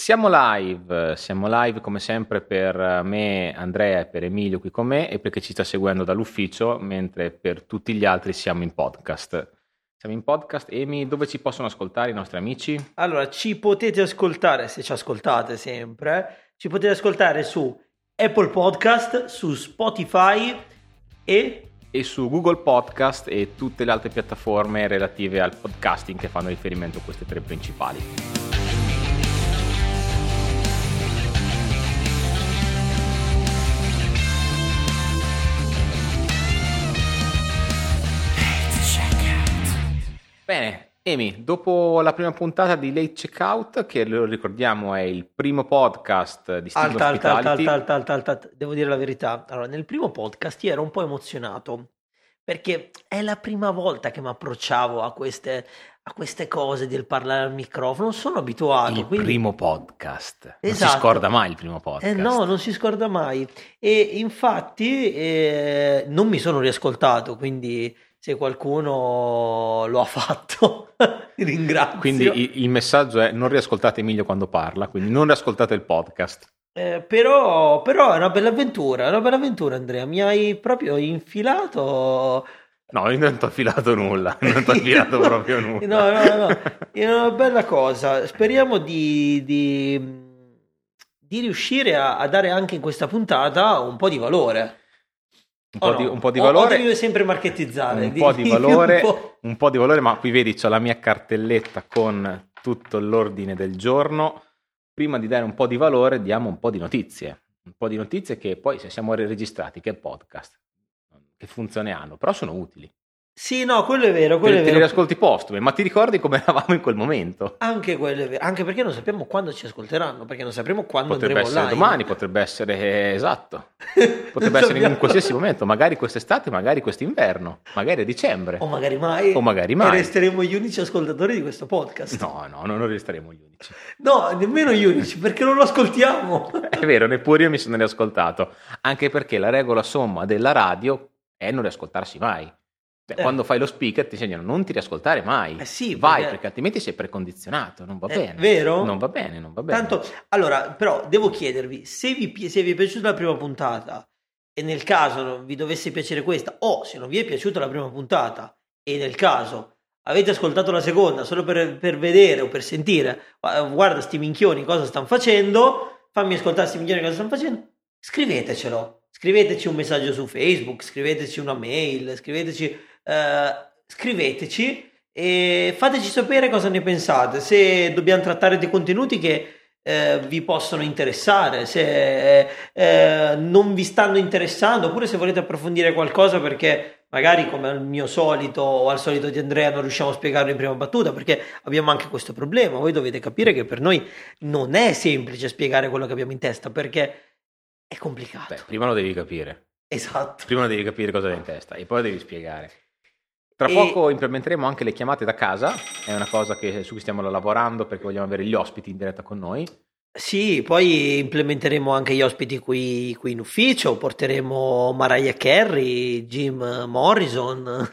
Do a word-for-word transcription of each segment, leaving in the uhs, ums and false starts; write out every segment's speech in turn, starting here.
Siamo live, siamo live come sempre per me, Andrea e per Emilio qui con me e perché ci sta seguendo dall'ufficio, mentre per tutti gli altri siamo in podcast. Siamo in podcast, Emi, dove ci possono ascoltare i nostri amici? Allora, ci potete ascoltare, se ci ascoltate sempre, ci potete ascoltare su Apple Podcast, su Spotify e... E su Google Podcast e tutte le altre piattaforme relative al podcasting che fanno riferimento a queste tre principali. Bene, Emi, dopo la prima puntata di Late Checkout, che lo ricordiamo è il primo podcast di Stigma Alta, alta, alta, Hospitality. alta, alta, alta, alta, devo dire la verità. Allora, nel primo podcast io ero un po' emozionato, perché è la prima volta che mi approcciavo a queste, a queste cose del parlare al microfono, non sono abituato. Il quindi... primo podcast. Non Esatto. si scorda mai il primo podcast. Eh no, non si scorda mai. E infatti eh, non mi sono riascoltato, quindi se qualcuno lo ha fatto, ringrazio. Quindi il, il messaggio è: non riascoltate Emilio quando parla, quindi non riascoltate il podcast. Eh, però, però è una bella avventura, è una bella avventura, Andrea. Mi hai proprio infilato. No, io non ti ho filato nulla, non ti ho filato proprio nulla. No, no, no, è una bella cosa. Speriamo di, di, di riuscire a, a dare anche in questa puntata un po' di valore. Un po', no? di, un po' di O- valore. O devi sempre marketizzare. Un Di- po' di di- valore, un po'. un po' di valore, ma qui vedi c'ho la mia cartelletta con tutto l'ordine del giorno. Prima di dare un po' di valore diamo un po' di notizie, un po' di notizie che poi, se siamo registrati, che podcast, che funzione hanno, però sono utili. Sì, no, quello è vero, quello Te, è te li vero. riascolti postume, ma ti ricordi come eravamo in quel momento? Anche quello è vero, anche perché non sappiamo quando ci ascolteranno, perché non sapremo quando Potrebbe andremo essere online. domani, potrebbe essere esatto, potrebbe Non essere in sappiamo. qualsiasi momento, magari quest'estate, magari quest'inverno, magari a dicembre, O magari mai. o magari E mai. resteremo gli unici ascoltatori di questo podcast. No, no, non resteremo gli unici. No, nemmeno gli unici, perché non lo ascoltiamo. È vero, neppure io mi sono riascoltato, anche perché la regola somma della radio è non riascoltarsi mai. Cioè, Eh. quando fai lo speaker ti insegnano non ti riascoltare mai. Eh sì, vai, perché- perché altrimenti sei precondizionato, non va È bene. vero? Non va bene, non va bene. Tanto, allora, però devo chiedervi, se vi, pi- se vi è piaciuta la prima puntata e nel caso non vi dovesse piacere questa, o se non vi è piaciuta la prima puntata e nel caso avete ascoltato la seconda solo per, per vedere o per sentire, "Ah, guarda sti minchioni cosa stanno facendo, fammi ascoltare sti minchioni cosa stanno facendo", scrivetecelo, scriveteci un messaggio su Facebook, scriveteci una mail, scriveteci, eh, scriveteci e fateci sapere cosa ne pensate, se dobbiamo trattare dei contenuti che eh, vi possono interessare, se eh, non vi stanno interessando, oppure se volete approfondire qualcosa perché magari, come al mio solito o al solito di Andrea, non riusciamo a spiegarlo in prima battuta, perché abbiamo anche questo problema. Voi dovete capire che per noi non è semplice spiegare quello che abbiamo in testa, perché è complicato. Beh, prima lo devi capire. Esatto. Prima devi capire cosa hai in testa e poi lo devi spiegare. Tra E- poco implementeremo anche le chiamate da casa, è una cosa che, su cui stiamo lavorando perché vogliamo avere gli ospiti in diretta con noi. Sì, poi implementeremo anche gli ospiti qui, qui in ufficio, porteremo Mariah Carey, Jim Morrison.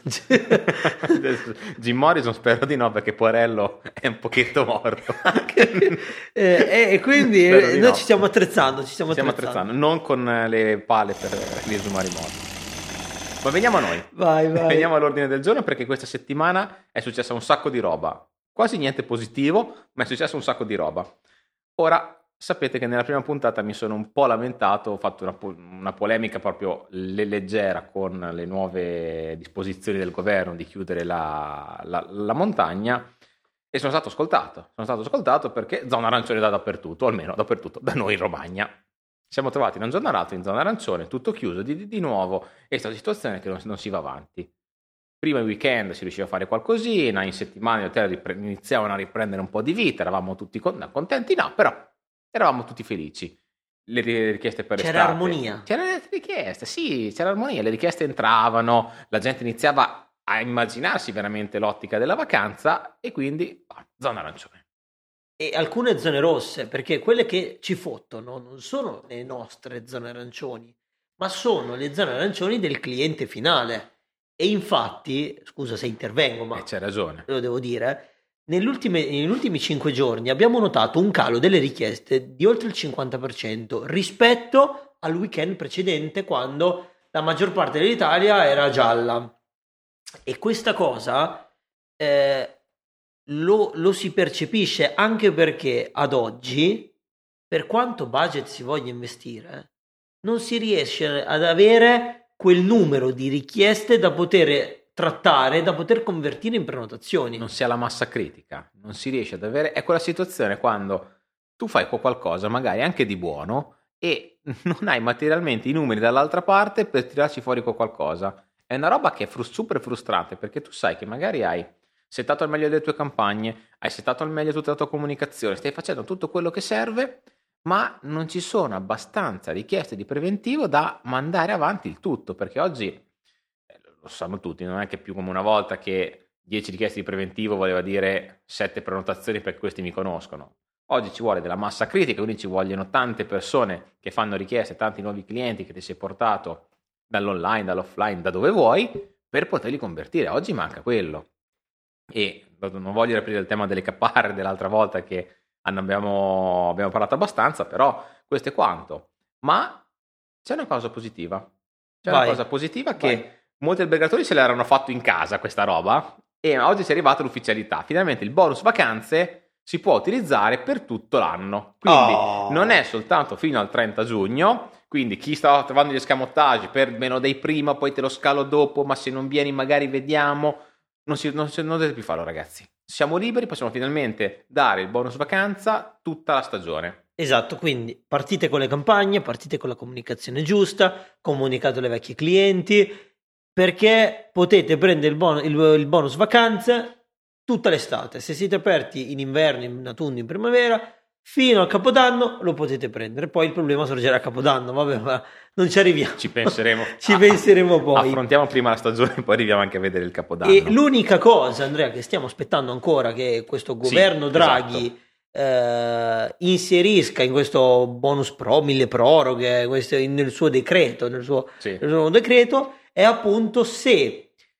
Jim Morrison spero di no, perché Porello è un pochetto morto. Anche- eh, e quindi Spero eh, di noi no. ci stiamo attrezzando, ci stiamo, Stiamo attrezzando. attrezzando, non con eh, le pale per riesumare i morti. Ma veniamo a noi. Vai, vai. Veniamo all'ordine del giorno, perché questa settimana è successa un sacco di roba. Quasi niente positivo, ma è successo un sacco di roba. Ora, sapete che nella prima puntata mi sono un po' lamentato, ho fatto una, po- una polemica proprio le- leggera con le nuove disposizioni del governo di chiudere la, la- la montagna, e sono stato ascoltato. Sono stato ascoltato perché zona arancione da dappertutto, o almeno dappertutto, da noi in Romagna. Siamo trovati da un giorno all'altro in zona arancione, tutto chiuso di, di- di nuovo, e questa situazione che non, non si va avanti. Prima il weekend si riusciva a fare qualcosina, in settimana gli hotel ripre- iniziavano a riprendere un po' di vita, eravamo tutti con- contenti, no, però eravamo tutti felici. Le ri- richieste per C'era estate. armonia. C'erano le richieste, sì, c'era armonia, le richieste entravano, la gente iniziava a immaginarsi veramente l'ottica della vacanza, e quindi ah, zona arancione. E alcune zone rosse, perché quelle che ci fottono non sono le nostre zone arancioni, ma sono le zone arancioni del cliente finale. E infatti, scusa se intervengo, ma E c'è ragione. lo devo dire, negli ultimi, negli ultimi cinque giorni abbiamo notato un calo delle richieste di oltre il cinquanta per cento rispetto al weekend precedente, quando la maggior parte dell'Italia era gialla. E questa cosa eh, lo, lo si percepisce anche perché ad oggi, per quanto budget si voglia investire, non si riesce ad avere quel numero di richieste da poter trattare, da poter convertire in prenotazioni. Non si ha la massa critica, non si riesce ad avere... È quella situazione quando tu fai qualcosa, magari anche di buono, e non hai materialmente i numeri dall'altra parte per tirarci fuori qualcosa. È una roba che è fru- super frustrante, perché tu sai che magari hai settato al meglio le tue campagne, hai settato al meglio tutta la tua comunicazione, stai facendo tutto quello che serve, ma non ci sono abbastanza richieste di preventivo da mandare avanti il tutto, perché oggi, eh, lo sanno tutti, non è che più come una volta che dieci richieste di preventivo voleva dire sette prenotazioni perché questi mi conoscono. Oggi ci vuole della massa critica, quindi ci vogliono tante persone che fanno richieste, tanti nuovi clienti che ti sei portato dall'online, dall'offline, da dove vuoi, per poterli convertire. Oggi manca quello. E non voglio riaprire il tema delle caparre dell'altra volta che abbiamo, abbiamo parlato abbastanza, però questo è quanto. Ma c'è una cosa positiva. C'è Vai. una cosa positiva che Vai. molti albergatori se l'erano fatto in casa questa roba, e oggi si è arrivata l'ufficialità. Finalmente il bonus vacanze si può utilizzare per tutto l'anno. Quindi Oh. non è soltanto fino al trenta giugno. Quindi chi sta trovando gli escamotage per meno dei prima, poi te lo scalo dopo, ma se non vieni magari vediamo. Non, si, non, si, non dovete più farlo, ragazzi. Siamo liberi, possiamo finalmente dare il bonus vacanza tutta la stagione. Esatto, quindi partite con le campagne, partite con la comunicazione giusta, comunicate alle vecchi clienti, perché potete prendere il, bon- il, il bonus vacanze tutta l'estate. Se siete aperti in inverno, in autunno, in primavera, fino al Capodanno lo potete prendere. Poi il problema sorgerà a Capodanno, vabbè, ma non ci arriviamo. Ci penseremo. Ci ah, penseremo poi. Affrontiamo prima la stagione, poi arriviamo anche a vedere il Capodanno. E l'unica cosa, Andrea, che stiamo aspettando ancora che questo governo sì, Draghi esatto. eh, inserisca in questo bonus pro, mille proroghe, questo, nel suo decreto, nel suo, sì. nel suo decreto, è appunto se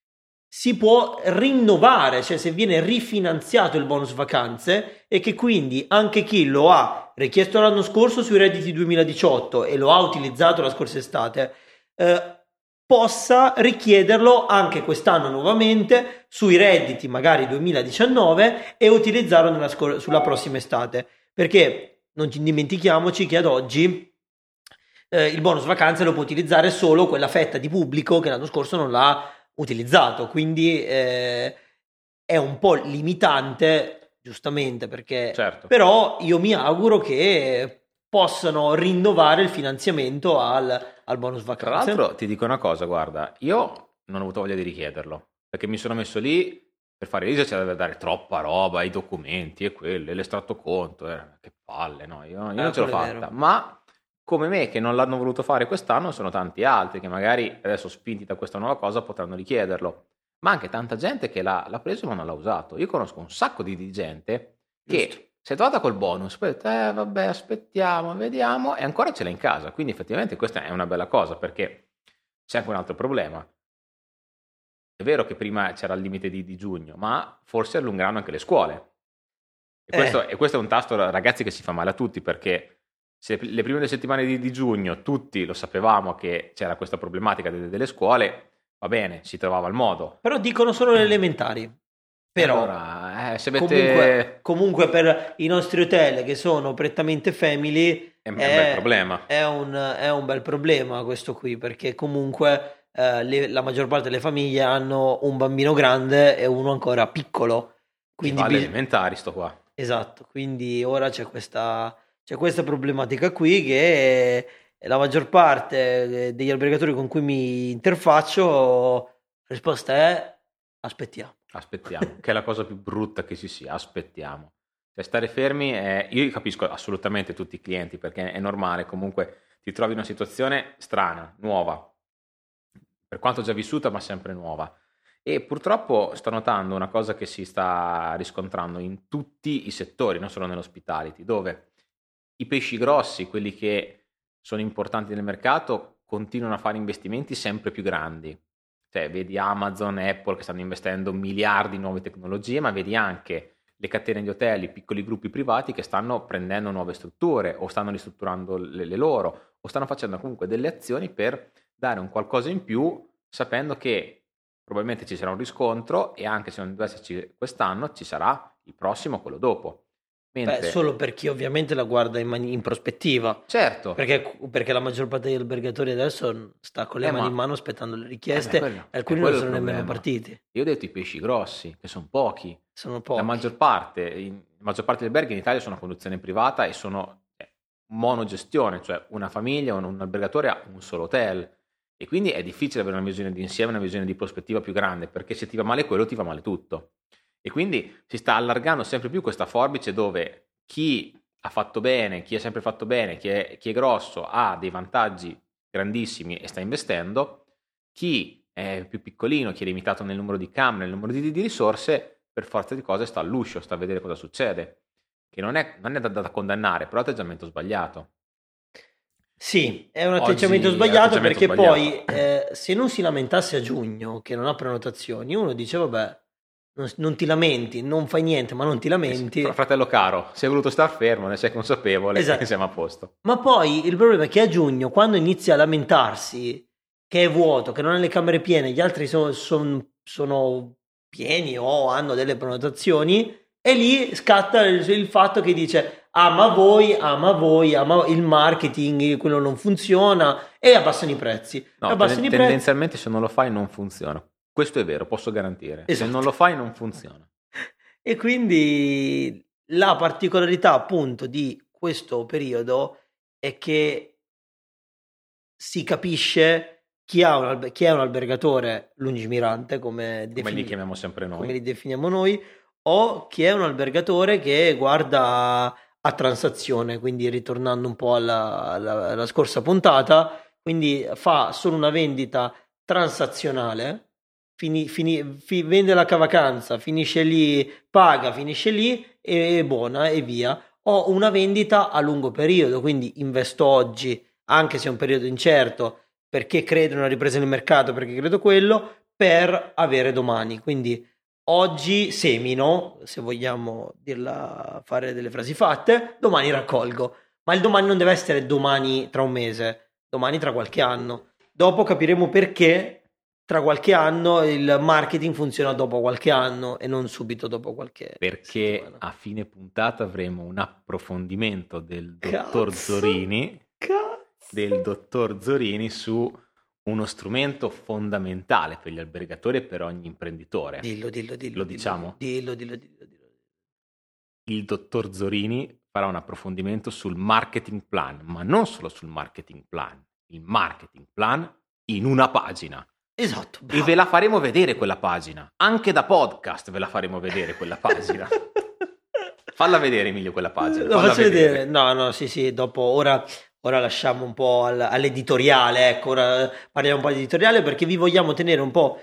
si può rinnovare, cioè se viene rifinanziato il bonus vacanze, e che quindi anche chi lo ha richiesto l'anno scorso sui redditi duemiladiciotto e lo ha utilizzato la scorsa estate, eh, possa richiederlo anche quest'anno nuovamente sui redditi magari duemiladiciannove e utilizzarlo nella scor- sulla prossima estate, perché non ci dimentichiamoci che ad oggi eh, il bonus vacanze lo può utilizzare solo quella fetta di pubblico che l'anno scorso non l'ha utilizzato, quindi eh, è un po' limitante, giustamente, perché certo. però io mi auguro che possano rinnovare il finanziamento al, al bonus vacanze. Tra l'altro ti dico una cosa, guarda, io non ho avuto voglia di richiederlo, perché mi sono messo lì per fare l'ISA, c'è da dare troppa roba, i documenti e quello, e l'estratto conto, eh, che palle, no, io, io Eh, non ce l'ho quello è fatta, vero. ma come me che non l'hanno voluto fare quest'anno sono tanti altri che magari adesso spinti da questa nuova cosa potranno richiederlo, ma anche tanta gente che l'ha, l'ha preso ma non l'ha usato. Io conosco un sacco di, di gente che Giusto. si è trovata col bonus, poi ha detto, eh vabbè aspettiamo, vediamo, e ancora ce l'ha in casa, quindi effettivamente questa è una bella cosa, perché c'è anche un altro problema. È vero che prima c'era il limite di, di giugno, ma forse allungheranno anche le scuole. E questo, Eh. e questo è un tasto, ragazzi, che si fa male a tutti, perché se le prime due settimane di, di giugno tutti lo sapevamo che c'era questa problematica delle, delle scuole, va bene, si trovava il modo. Però dicono solo le elementari. Però allora, eh, se avete... comunque, comunque per i nostri hotel che sono prettamente family è, è un bel problema. È un, è un bel problema questo qui, perché comunque eh, le, la maggior parte delle famiglie hanno un bambino grande e uno ancora piccolo. Quindi Che va alle bis- elementari sto qua. Esatto, quindi ora c'è questa, c'è questa problematica qui che la maggior parte degli albergatori con cui mi interfaccio, la risposta è aspettiamo. Aspettiamo, che è la cosa più brutta che ci sia, aspettiamo. Cioè stare fermi è... Io capisco assolutamente tutti i clienti, perché è normale, comunque ti trovi in una situazione strana, nuova, per quanto già vissuta ma sempre nuova. E purtroppo sto notando una cosa che si sta riscontrando in tutti i settori, non solo nell'hospitality, dove i pesci grossi, quelli che sono importanti nel mercato, continuano a fare investimenti sempre più grandi. Cioè, vedi Amazon, Apple che stanno investendo miliardi in nuove tecnologie, ma vedi anche le catene di hotel, i piccoli gruppi privati che stanno prendendo nuove strutture o stanno ristrutturando le, le loro o stanno facendo comunque delle azioni per dare un qualcosa in più, sapendo che probabilmente ci sarà un riscontro e anche se non deve esserci quest'anno ci sarà il prossimo, quello dopo. Mentre... Beh, solo per chi ovviamente la guarda in, mani- in prospettiva. Certo. Perché, perché la maggior parte degli albergatori adesso sta con le Eh, mani ma- in mano aspettando le richieste Eh, beh, quello- e alcuni è non quello sono il nemmeno problema. partiti. Io ho detto i pesci grossi, che sono pochi. Sono pochi. La maggior parte, in, la maggior parte degli alberghi in Italia sono a conduzione privata e sono eh, monogestione, cioè una famiglia, un, un albergatore ha un solo hotel e quindi è difficile avere una visione di insieme, una visione di prospettiva più grande, perché se ti va male quello ti va male tutto. E quindi si sta allargando sempre più questa forbice dove chi ha fatto bene, chi ha sempre fatto bene, chi è, chi è grosso ha dei vantaggi grandissimi e sta investendo, chi è più piccolino, chi è limitato nel numero di camere, nel numero di, di risorse, per forza di cose sta all'uscio, sta a vedere cosa succede, che non è, non è da, da condannare, però è atteggiamento sbagliato. Sì, è un Oggi atteggiamento è sbagliato atteggiamento perché sbagliato. poi eh, se non si lamentasse a giugno che non ha prenotazioni, uno dice vabbè, non, non ti lamenti, non fai niente, ma non ti lamenti. Fra- Fratello caro, se hai voluto star fermo, ne sei consapevole, Esatto. siamo a posto. Ma poi il problema è che a giugno, quando inizia a lamentarsi che è vuoto, che non ha le camere piene, gli altri sono, son- sono pieni o hanno delle prenotazioni, e lì scatta il, il fatto che dice ah ma voi, ah ma voi, ah ma il marketing, quello non funziona, e abbassano i prezzi. No, abbassano ten- i prezzi. tendenzialmente se non lo fai non funziona. Questo è vero, posso garantire. Esatto. Se non lo fai non funziona. E quindi la particolarità appunto di questo periodo è che si capisce chi, ha un albe- chi è un albergatore lungimirante, come, Come defini- li chiamiamo sempre noi. come li definiamo noi, o chi è un albergatore che guarda a transazione, quindi ritornando un po' alla, alla- alla scorsa puntata, quindi fa solo una vendita transazionale, fini- fini- fi- vende la vacanza, finisce lì, paga, finisce lì e è buona e via. O una vendita a lungo periodo, quindi investo oggi, anche se è un periodo incerto, perché credo in una ripresa nel mercato, perché credo quello, per avere domani. Quindi oggi semino, se vogliamo dirla, fare delle frasi fatte, domani raccolgo. Ma il domani non deve essere domani tra un mese, domani tra qualche anno. Dopo capiremo perché tra qualche anno il marketing funziona dopo qualche anno e non subito dopo qualche Perché settimana. a fine puntata avremo un approfondimento del dottor Cazzo, Zorini, cazzo. del dottor Zorini su uno strumento fondamentale per gli albergatori e per ogni imprenditore. Dillo, dillo, dillo. Lo dillo, diciamo? Dillo, dillo, dillo, dillo. Il dottor Zorini farà un approfondimento sul marketing plan, ma non solo sul marketing plan, il marketing plan in una pagina. Esatto, E bravo. ve la faremo vedere quella pagina, anche da podcast ve la faremo vedere quella pagina. Falla vedere Emilio quella pagina. Lo falla faccio vedere. No, no, sì, sì, dopo ora, ora lasciamo un po' al- all'editoriale, ecco, ora parliamo un po' di editoriale perché vi vogliamo tenere un po'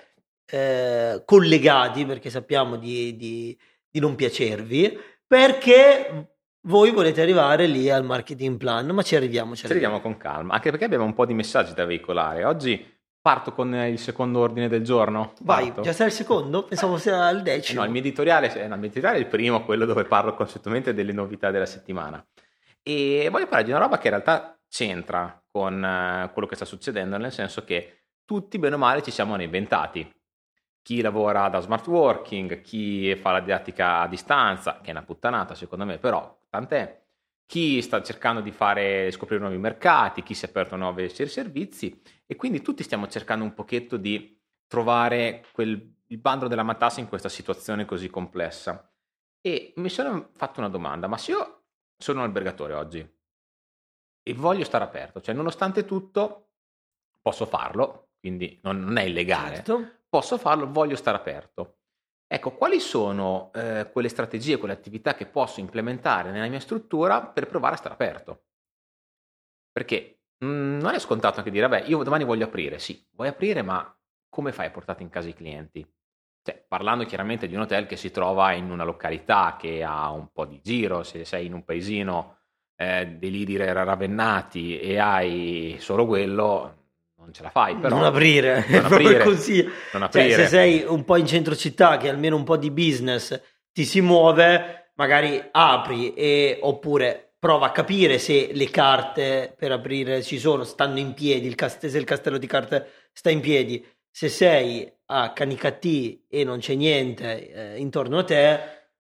eh, collegati, perché sappiamo di, di- di non piacervi, perché voi volete arrivare lì al marketing plan, ma ci arriviamo, ci Ci arriviamo con calma, anche perché abbiamo un po' di messaggi da veicolare. Oggi parto con il secondo ordine del giorno. Vai, Parto. già sei al secondo? Pensavo sia al Eh decimo. no, il mio editoriale, eh, no, il mio editoriale è il primo, quello dove parlo concettualmente delle novità della settimana. E voglio parlare di una roba che in realtà c'entra con eh, quello che sta succedendo, nel senso che tutti, bene o male, ci siamo reinventati. Chi lavora da smart working, chi fa la didattica a distanza, che è una puttanata secondo me, però tant'è. Chi sta cercando di fare scoprire nuovi mercati, chi si è aperto a nuovi servizi, e quindi tutti stiamo cercando un pochetto di trovare quel, il bandolo della matassa in questa situazione così complessa. E mi sono fatto una domanda: ma se io sono un albergatore oggi e voglio stare aperto, cioè nonostante tutto posso farlo, quindi non, non è illegale, Certo. posso farlo, voglio stare aperto. Ecco, quali sono eh, quelle strategie, quelle attività che posso implementare nella mia struttura per provare a stare aperto? Perché mh, non è scontato anche dire, vabbè, io domani voglio aprire. Sì, vuoi aprire, ma come fai a portare in casa i clienti? Cioè, parlando chiaramente di un hotel che si trova in una località che ha un po' di giro, se sei in un paesino eh, dei lidi ravennati e hai solo quello, non ce la fai, però non aprire, non è proprio aprire, così. non Cioè, aprire. se sei un po' in centro città, che hai almeno un po' di business, ti si muove, magari apri e, oppure prova a capire se le carte per aprire ci sono, stanno in piedi, il cast- se il castello di carte sta in piedi. Se sei a Canicattì e non c'è niente eh, intorno a te,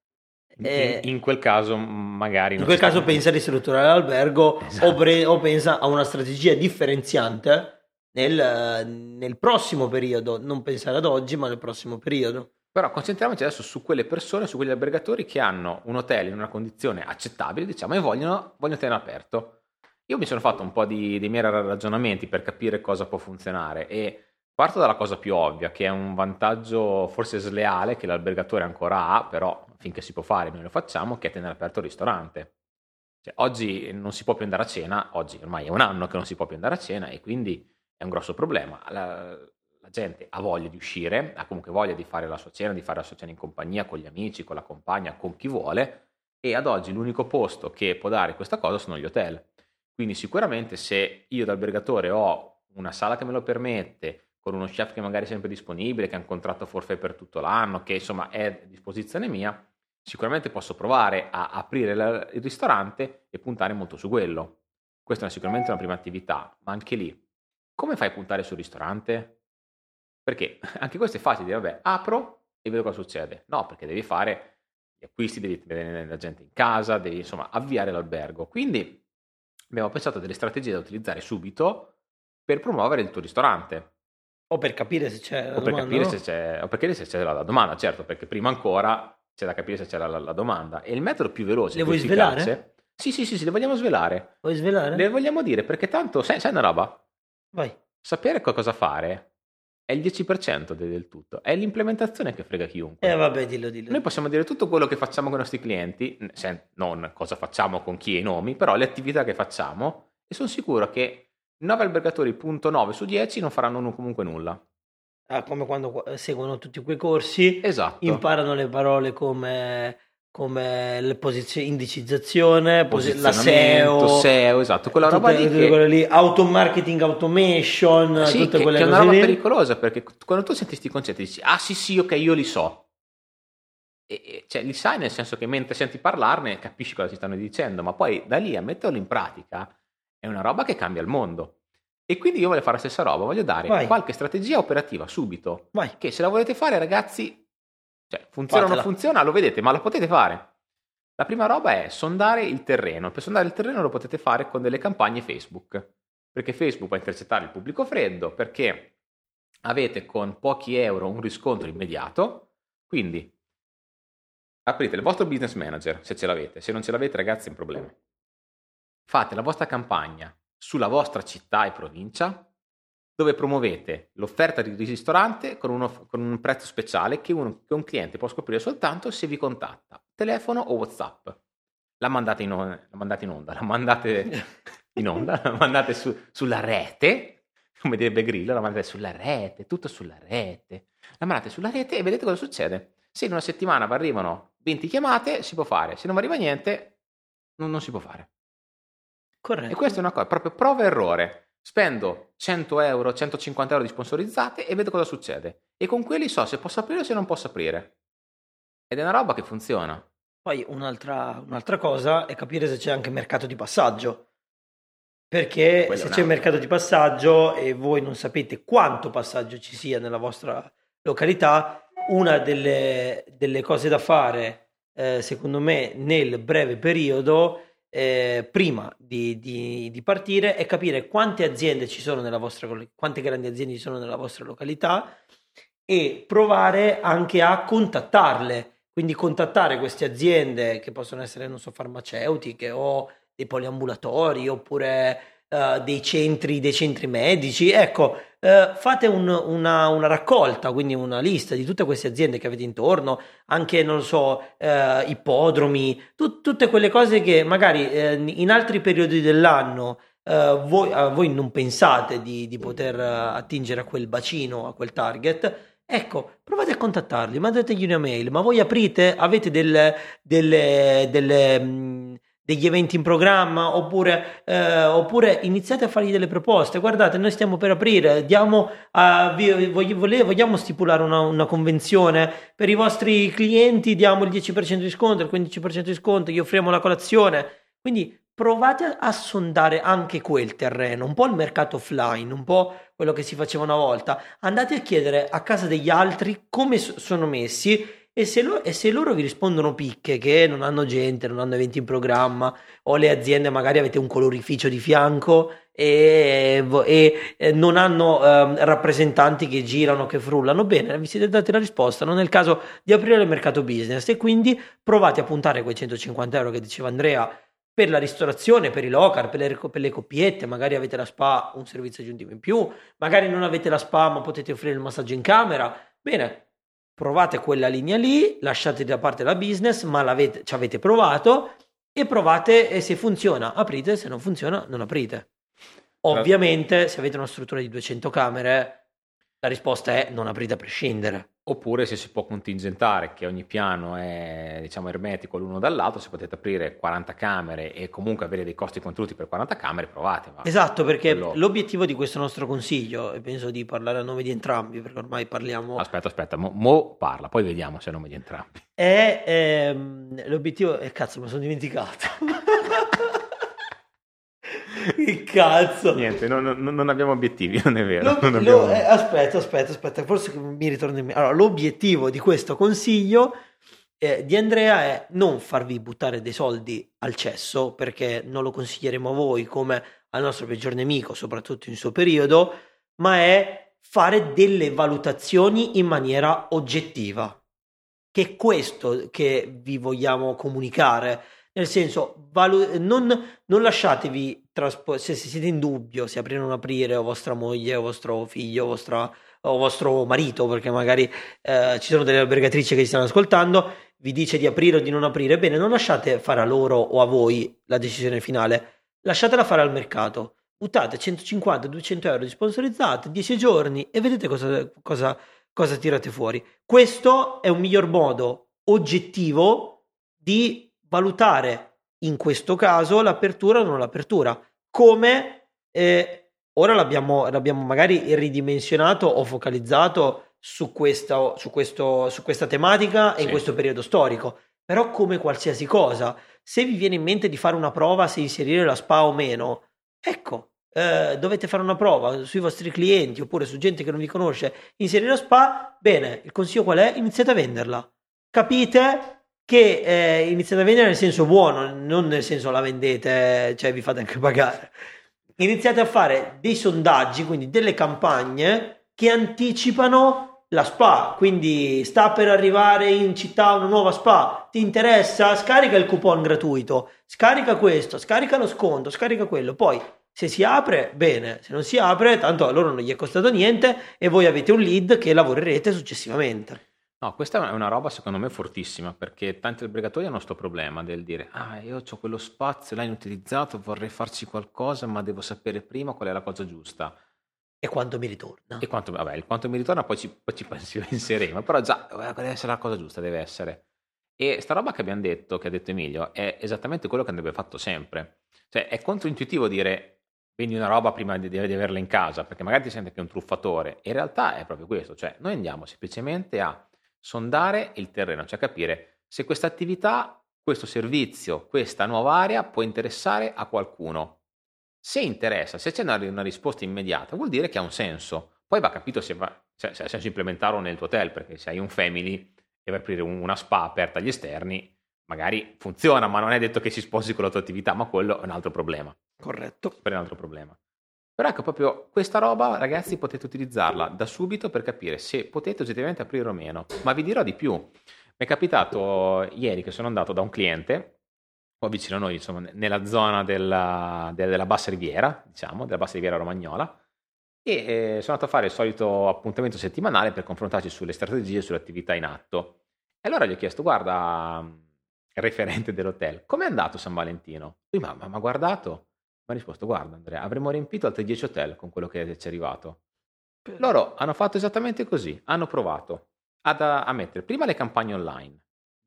eh, in, in quel caso magari in non quel ci caso sta- pensa a ristrutturare l'albergo Esatto. o, pre- o pensa a una strategia differenziante nel, nel prossimo periodo, non pensare ad oggi ma nel prossimo periodo. Però concentriamoci adesso su quelle persone, su quegli albergatori che hanno un hotel in una condizione accettabile, diciamo, e vogliono, vogliono tenere aperto. Io mi sono fatto un po' di, dei miei ragionamenti per capire cosa può funzionare e parto dalla cosa più ovvia, che è un vantaggio forse sleale che l'albergatore ancora ha, però finché si può fare noi lo facciamo, che è tenere aperto il ristorante. Cioè, oggi non si può più andare a cena, oggi ormai è un anno che non si può più andare a cena e quindi è un grosso problema. La, la gente ha voglia di uscire, ha comunque voglia di fare la sua cena, di fare la sua cena in compagnia, con gli amici, con la compagna, con chi vuole, e ad oggi l'unico posto che può dare questa cosa sono gli hotel. Quindi sicuramente se io da albergatore ho una sala che me lo permette, con uno chef che magari è sempre disponibile, che ha un contratto forfait per tutto l'anno, che insomma è a disposizione mia, sicuramente posso provare a aprire la, il ristorante e puntare molto su quello. Questa è sicuramente una prima attività, ma anche lì, come fai a puntare sul ristorante? Perché anche questo è facile, dire vabbè, apro e vedo cosa succede. No, perché devi fare gli acquisti, devi tenere la gente in casa, devi insomma avviare l'albergo. Quindi abbiamo pensato a delle strategie da utilizzare subito per promuovere il tuo ristorante. O per capire se c'è la o per domanda, capire no? se c'è, o perché se c'è la, la domanda, certo, perché prima ancora c'è da capire se c'è la, la, la domanda. E il metodo più veloce, Le più vuoi efficace, svelare? sì, sì, sì, sì, le vogliamo svelare. Vuoi svelare? Le vogliamo dire perché tanto, sai, sai una roba? Vai. Sapere co- cosa fare è il dieci per cento de- del tutto, è l'implementazione che frega chiunque. Eh vabbè, dillo, dillo. Noi possiamo dire tutto quello che facciamo con i nostri clienti, n- se- non cosa facciamo con chi e i nomi, però le attività che facciamo, e sono sicuro che nove albergatori punto nove su dieci non faranno nu- comunque nulla. Ah, come quando eh, seguono tutti quei corsi, Esatto. imparano le parole come, come le posizioni, indicizzazione, posi- la Posizionamento, S E O, S E O, esatto, quella roba tutte, lì tutte che, quelle lì, auto marketing automation, sì, tutte che, quelle che è una cose roba lì. pericolosa perché quando tu senti questi concetti dici ah sì sì ok io li so e, e, cioè li sai nel senso che mentre senti parlarne capisci cosa ti stanno dicendo, ma poi da lì a metterlo in pratica è una roba che cambia il mondo. E quindi io voglio fare la stessa roba, voglio dare Vai. qualche strategia operativa subito, Vai. che se la volete fare ragazzi, cioè funziona o non Fatela. funziona, lo vedete, ma la potete fare. La prima roba è sondare il terreno. Per sondare il terreno lo potete fare con delle campagne Facebook, perché Facebook va a intercettare il pubblico freddo, perché avete con pochi euro un riscontro immediato, quindi aprite il vostro business manager, se ce l'avete, se non ce l'avete ragazzi è un problema. Fate la vostra campagna sulla vostra città e provincia, dove promuovete l'offerta di ristorante con, uno, con un prezzo speciale che, uno, che un cliente può scoprire soltanto se vi contatta, telefono o WhatsApp. La mandate in, on- la mandate in onda, la mandate in onda, la mandate su, sulla rete, come direbbe Grillo, la mandate sulla rete, tutto sulla rete. La mandate sulla rete e vedete cosa succede. Se in una settimana vi arrivano venti chiamate, si può fare. Se non vi arriva niente, non, non si può fare. Corretto. E questa è una cosa, proprio prova e errore. Spendo cento euro, centocinquanta euro di sponsorizzate e vedo cosa succede. E con quelli so se posso aprire o se non posso aprire. Ed è una roba che funziona. Poi un'altra, un'altra cosa è capire se c'è anche mercato di passaggio. Perché Quello se è un c'è altro. mercato di passaggio e voi non sapete quanto passaggio ci sia nella vostra località, una delle, delle cose da fare, eh, secondo me, nel breve periodo, eh, prima di, di- di partire, è capire quante aziende ci sono nella vostra, quante grandi aziende ci sono nella vostra località e provare anche a contattarle. Quindi contattare queste aziende che possono essere, non so, farmaceutiche o dei poliambulatori oppure eh, dei centri, dei centri medici. Ecco, eh, fate un- una, una raccolta, quindi una lista di tutte queste aziende che avete intorno, anche, non lo so, eh, ippodromi, tut- tutte quelle cose che magari eh, in altri periodi dell'anno eh, voi, a voi non pensate di, di poter eh, attingere a quel bacino, a quel target. Ecco, provate a contattarli, mandategli una mail, ma voi aprite, avete delle, delle, delle, mh, degli eventi in programma, oppure, eh, oppure iniziate a fargli delle proposte. Guardate, noi stiamo per aprire, diamo a, vi, vogli- vole- vogliamo stipulare una, una convenzione per i vostri clienti, diamo il dieci per cento di sconto, il quindici per cento di sconto, gli offriamo la colazione. Quindi provate a sondare anche quel terreno, un po' il mercato offline, un po' quello che si faceva una volta. Andate a chiedere a casa degli altri come so- sono messi, e se, lo- e se loro vi rispondono picche, che non hanno gente, non hanno eventi in programma, o le aziende magari avete un colorificio di fianco e, e- e non hanno ehm, rappresentanti che girano, che frullano, bene, vi siete dati la risposta. Non è il caso di aprire il mercato business, e quindi provate a puntare quei centocinquanta euro che diceva Andrea per la ristorazione, per i local, per le, per le coppiette. Magari avete la spa, un servizio aggiuntivo in più, magari non avete la spa ma potete offrire il massaggio in camera. Bene, provate quella linea lì, lasciate da parte la business, ma l'avete, ci avete provato, e provate, e se funziona aprite, se non funziona non aprite. Ovviamente se avete una struttura di duecento camere, la risposta è non aprite a prescindere. Oppure se si può contingentare che ogni piano è, diciamo, ermetico l'uno dall'altro, se potete aprire quaranta camere e comunque avere dei costi contenuti per quaranta camere, provate. Va. Esatto, perché Quello- l'obiettivo di questo nostro consiglio, e penso di parlare a nome di entrambi, perché ormai parliamo, Aspetta, aspetta, mo, mo parla, poi vediamo se è nome di entrambi. è ehm, l'obiettivo. Eh, cazzo, mi sono dimenticato. Che cazzo. Niente, non, non- non abbiamo obiettivi, non è vero. Lo- non lo- abbiamo- eh, aspetta, aspetta, aspetta, forse mi ritorna in mente. Allora, l'obiettivo di questo consiglio eh, di Andrea è non farvi buttare dei soldi al cesso, perché non lo consiglieremo a voi come al nostro peggior nemico, soprattutto in suo periodo, ma è fare delle valutazioni in maniera oggettiva. Che è questo che vi vogliamo comunicare. Nel senso, valu- non, non lasciatevi traspo- se, se siete in dubbio se aprire o non aprire, o vostra moglie, o vostro figlio, o, vostra- o vostro marito, perché magari eh, ci sono delle albergatrici che ci stanno ascoltando, vi dice di aprire o di non aprire. Bene, non lasciate fare a loro o a voi la decisione finale, lasciatela fare al mercato. Buttate centocinquanta duecento euro di sponsorizzate, dieci giorni, e vedete cosa, cosa, cosa tirate fuori. Questo è un miglior modo oggettivo di valutare in questo caso l'apertura o non l'apertura. Come eh, ora l'abbiamo, l'abbiamo magari ridimensionato o focalizzato su questa, su questo, su questa tematica e Sì. in questo periodo storico, però come qualsiasi cosa, se vi viene in mente di fare una prova se inserire la spa o meno, ecco, eh, dovete fare una prova sui vostri clienti oppure su gente che non vi conosce, inserire la spa, bene, il consiglio qual è? Iniziate a venderla. Capite che eh, iniziate a vendere nel senso buono, non nel senso la vendete, cioè vi fate anche pagare. Iniziate a fare dei sondaggi, quindi delle campagne che anticipano la spa. Quindi sta per arrivare in città una nuova spa, ti interessa? Scarica il coupon gratuito, scarica questo, scarica lo sconto, scarica quello. Poi se si apre, bene, se non si apre, tanto a loro non gli è costato niente e voi avete un lead che lavorerete successivamente. No, questa è una roba secondo me fortissima, perché tanti albergatori hanno questo problema del dire ah, io ho quello spazio là inutilizzato, vorrei farci qualcosa, ma devo sapere prima qual è la cosa giusta. E quanto mi ritorna? E quanto, vabbè, il quanto mi ritorna poi ci, poi ci penseremo, però già eh, deve essere la cosa giusta, deve essere. E sta roba che abbiamo detto, che ha detto Emilio, è esattamente quello che andrebbe fatto sempre. Cioè è controintuitivo dire vendi una roba prima di, di averla in casa, perché magari ti senti che è un truffatore. In realtà è proprio questo, cioè noi andiamo semplicemente a sondare il terreno, cioè capire se questa attività, questo servizio, questa nuova area può interessare a qualcuno. Se interessa, se c'è una, una risposta immediata, vuol dire che ha un senso. Poi va capito se, va, cioè, se ha senso implementarlo nel tuo hotel, perché se hai un family e vai a aprire un, una spa aperta agli esterni, magari funziona, ma non è detto che si sposi con la tua attività, ma quello è un altro problema. Corretto. Per un altro problema. Però ecco, proprio questa roba, ragazzi, potete utilizzarla da subito per capire se potete oggettivamente aprire o meno. Ma vi dirò di più. Mi è capitato ieri che sono andato da un cliente, qua vicino a noi, insomma, nella zona della, della Bassa Riviera, diciamo, della Bassa Riviera Romagnola, e eh, sono andato a fare il solito appuntamento settimanale per confrontarci sulle strategie e sulle attività in atto. E allora gli ho chiesto, guarda, il referente dell'hotel, com'è andato San Valentino? Lui mi ha guardato. Mi ha risposto, guarda Andrea, avremmo riempito altri dieci hotel con quello che ci è arrivato. Loro hanno fatto esattamente così, hanno provato ad, a mettere prima le campagne online,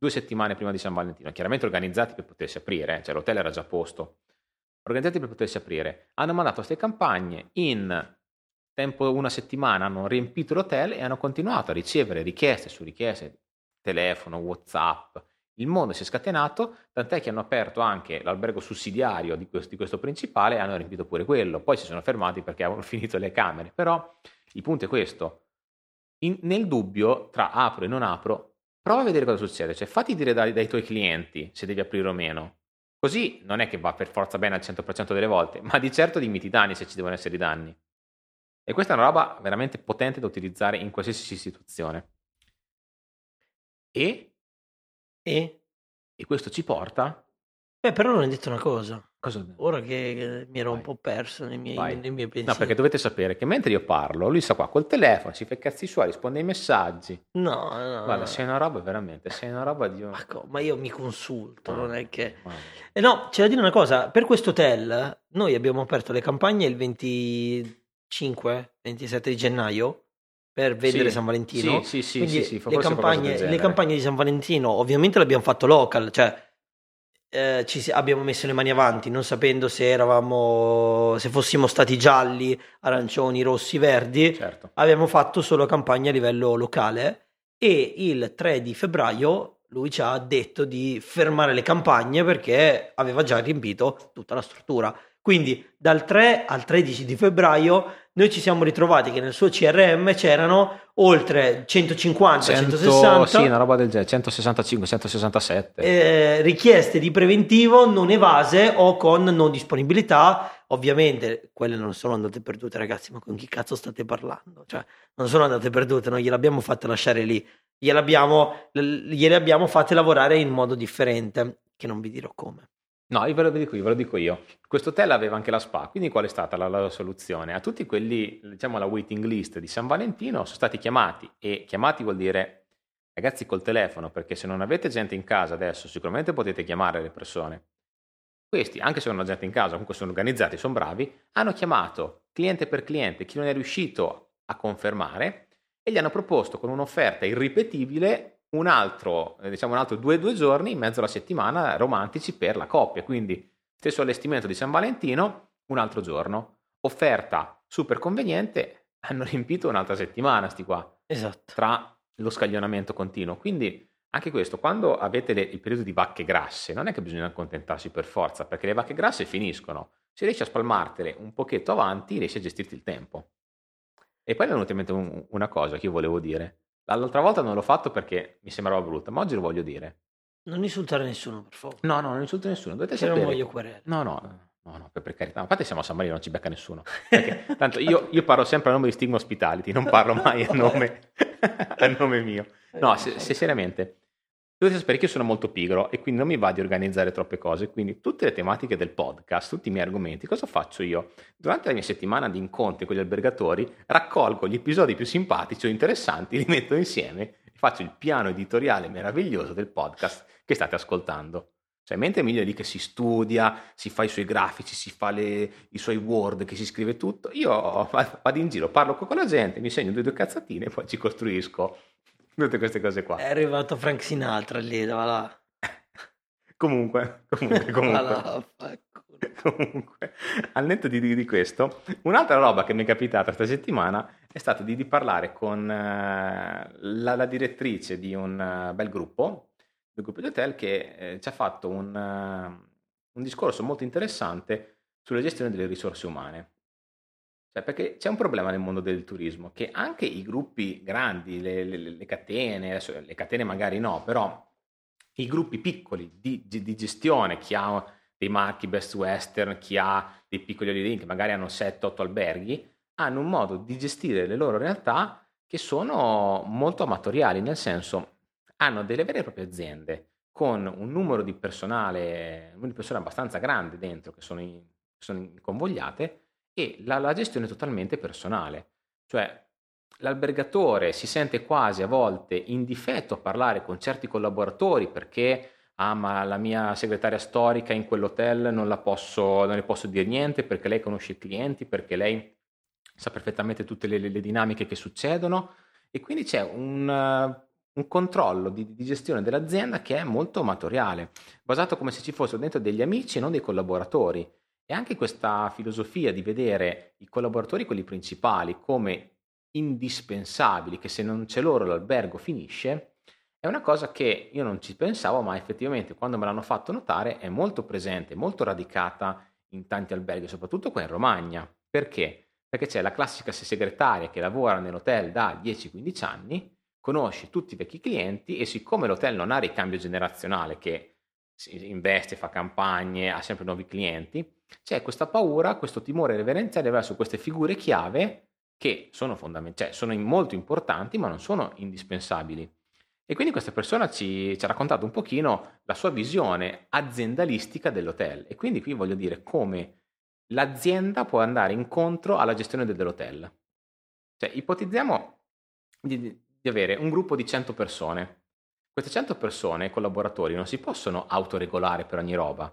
due settimane prima di San Valentino, chiaramente organizzati per potersi aprire, eh, cioè l'hotel era già a posto, organizzati per potersi aprire, hanno mandato queste campagne, in tempo una settimana hanno riempito l'hotel e hanno continuato a ricevere richieste su richieste, telefono, WhatsApp, il mondo si è scatenato, tant'è che hanno aperto anche l'albergo sussidiario di questo, di questo principale e hanno riempito pure quello, poi si sono fermati perché avevano finito le camere, però il punto è questo, in, nel dubbio tra apro e non apro, prova a vedere cosa succede, cioè fatti dire dai, dai tuoi clienti se devi aprire o meno, così non è che va per forza bene al cento per cento delle volte, ma di certo limiti i danni se ci devono essere i danni. E questa è una roba veramente potente da utilizzare in qualsiasi situazione. E, E? e questo ci porta... Beh, però non hai detto una cosa. Cosa... Ora che, che mi ero Vai. un po' perso nei miei, Vai. nei miei pensieri. No, perché dovete sapere che mentre io parlo, lui sta qua col telefono, si fa i cazzi suoi, risponde ai messaggi. No, no. Guarda, no. sei una roba veramente, sei una roba di... Ma, co- ma io mi consulto, Ah, non è che... ah. Eh no, c'è da dire una cosa, per questo hotel noi abbiamo aperto le campagne il venticinque ventisette di gennaio per vendere Sì, San Valentino. sì, sì, sì, Quindi sì, sì, le, forse qualcosa del campagne, le genere. campagne di San Valentino ovviamente le abbiamo fatto local, cioè eh, ci si- abbiamo messo le mani avanti non sapendo se eravamo, se fossimo stati gialli, arancioni, rossi, verdi. Certo. Abbiamo fatto solo campagne a livello locale e il tre di febbraio lui ci ha detto di fermare le campagne perché aveva già riempito tutta la struttura. Quindi dal tre al tredici di febbraio noi ci siamo ritrovati che nel suo C R M c'erano oltre centocinquanta cento, centosessanta sì, una roba del genere, centosessantacinque centosessantasette. eh, richieste di preventivo non evase o con non disponibilità. Ovviamente quelle non sono andate perdute, ragazzi, ma con chi cazzo state parlando? Cioè, non sono andate perdute, non gliel'abbiamo fatte lasciare lì, gliel'abbiamo, gliele abbiamo fatte lavorare in modo differente, che non vi dirò come. No, io ve lo dico io, ve lo dico io. Questo hotel aveva anche la spa, quindi qual è stata la, la soluzione? A tutti quelli, diciamo la waiting list di San Valentino, sono stati chiamati, e chiamati vuol dire ragazzi col telefono, perché se non avete gente in casa adesso sicuramente potete chiamare le persone. Questi, anche se non hanno gente in casa, comunque sono organizzati, sono bravi, hanno chiamato cliente per cliente chi non è riuscito a confermare e gli hanno proposto con un'offerta irripetibile un altro, eh, diciamo un altro due, due giorni in mezzo alla settimana romantici per la coppia, quindi stesso allestimento di San Valentino, un altro giorno, offerta super conveniente, hanno riempito un'altra settimana sti qua, Esatto. tra lo scaglionamento continuo, quindi anche questo, quando avete le, il periodo di vacche grasse, non è che bisogna accontentarsi per forza, perché le vacche grasse finiscono, se riesci a spalmartele un pochetto avanti, riesci a gestirti il tempo. E poi mi è venuta in mente un, una cosa che io volevo dire. L'altra volta non l'ho fatto perché mi sembrava brutta, ma oggi lo voglio dire. Non insultare nessuno, per favore. No, no, non insulto nessuno, dovete Che sapere. non voglio querele. No, no, no, no, per, per carità. Infatti siamo a San Marino, non ci becca nessuno. Perché, tanto io, io parlo sempre a nome di Stigma Hospitality, non parlo mai a nome, a nome mio. No, se, se seriamente, dovete sapere che io sono molto pigro e quindi non mi va di organizzare troppe cose, quindi tutte le tematiche del podcast, tutti i miei argomenti, cosa faccio io? Durante la mia settimana di incontri con gli albergatori raccolgo gli episodi più simpatici o interessanti, li metto insieme e faccio il piano editoriale meraviglioso del podcast che state ascoltando. Cioè, mentre Emilio è lì che si studia, si fa i suoi grafici, si fa le, i suoi Word, che si scrive tutto, io vado in giro, parlo con la gente, mi segno due due cazzatine e poi ci costruisco tutte queste cose qua. È arrivato Frank Sinatra lì, va là. Comunque, comunque, comunque, là, comunque, al netto di, di questo, un'altra roba che mi è capitata questa settimana è stato di, di parlare con uh, la, la direttrice di un uh, bel gruppo, del gruppo di hotel, che eh, ci ha fatto un, uh, un discorso molto interessante sulla gestione delle risorse umane. Cioè, perché c'è un problema nel mondo del turismo, che anche i gruppi grandi, le, le, le catene, adesso le catene magari no, però i gruppi piccoli di, di, di gestione, chi ha dei marchi Best Western, chi ha dei piccoli holiday che magari hanno sette otto alberghi, hanno un modo di gestire le loro realtà che sono molto amatoriali, nel senso hanno delle vere e proprie aziende con un numero di personale, un numero di persone abbastanza grande dentro che sono, in, sono convogliate e la, la gestione è totalmente personale, cioè l'albergatore si sente quasi a volte in difetto a parlare con certi collaboratori perché ah ma la mia segretaria storica in quell'hotel non la posso, non le posso dire niente perché lei conosce i clienti, perché lei sa perfettamente tutte le, le dinamiche che succedono e quindi c'è un, un controllo di, di gestione dell'azienda che è molto amatoriale, basato come se ci fossero dentro degli amici e non dei collaboratori. E anche questa filosofia di vedere i collaboratori, quelli principali, come indispensabili, che se non c'è loro l'albergo finisce, è una cosa che io non ci pensavo, ma effettivamente quando me l'hanno fatto notare è molto presente, molto radicata in tanti alberghi, soprattutto qua in Romagna. Perché? Perché c'è la classica segretaria che lavora nell'hotel da dieci quindici anni, conosce tutti i vecchi clienti e siccome l'hotel non ha ricambio generazionale, che si investe, fa campagne, ha sempre nuovi clienti, c'è questa paura, questo timore reverenziale verso queste figure chiave che sono fondamentali, cioè sono molto importanti ma non sono indispensabili. E quindi questa persona ci, ci ha raccontato un pochino la sua visione aziendalistica dell'hotel e quindi qui voglio dire come l'azienda può andare incontro alla gestione dell'hotel. Cioè ipotizziamo di, di avere un gruppo di cento persone. Queste cento persone, collaboratori, non si possono autoregolare per ogni roba.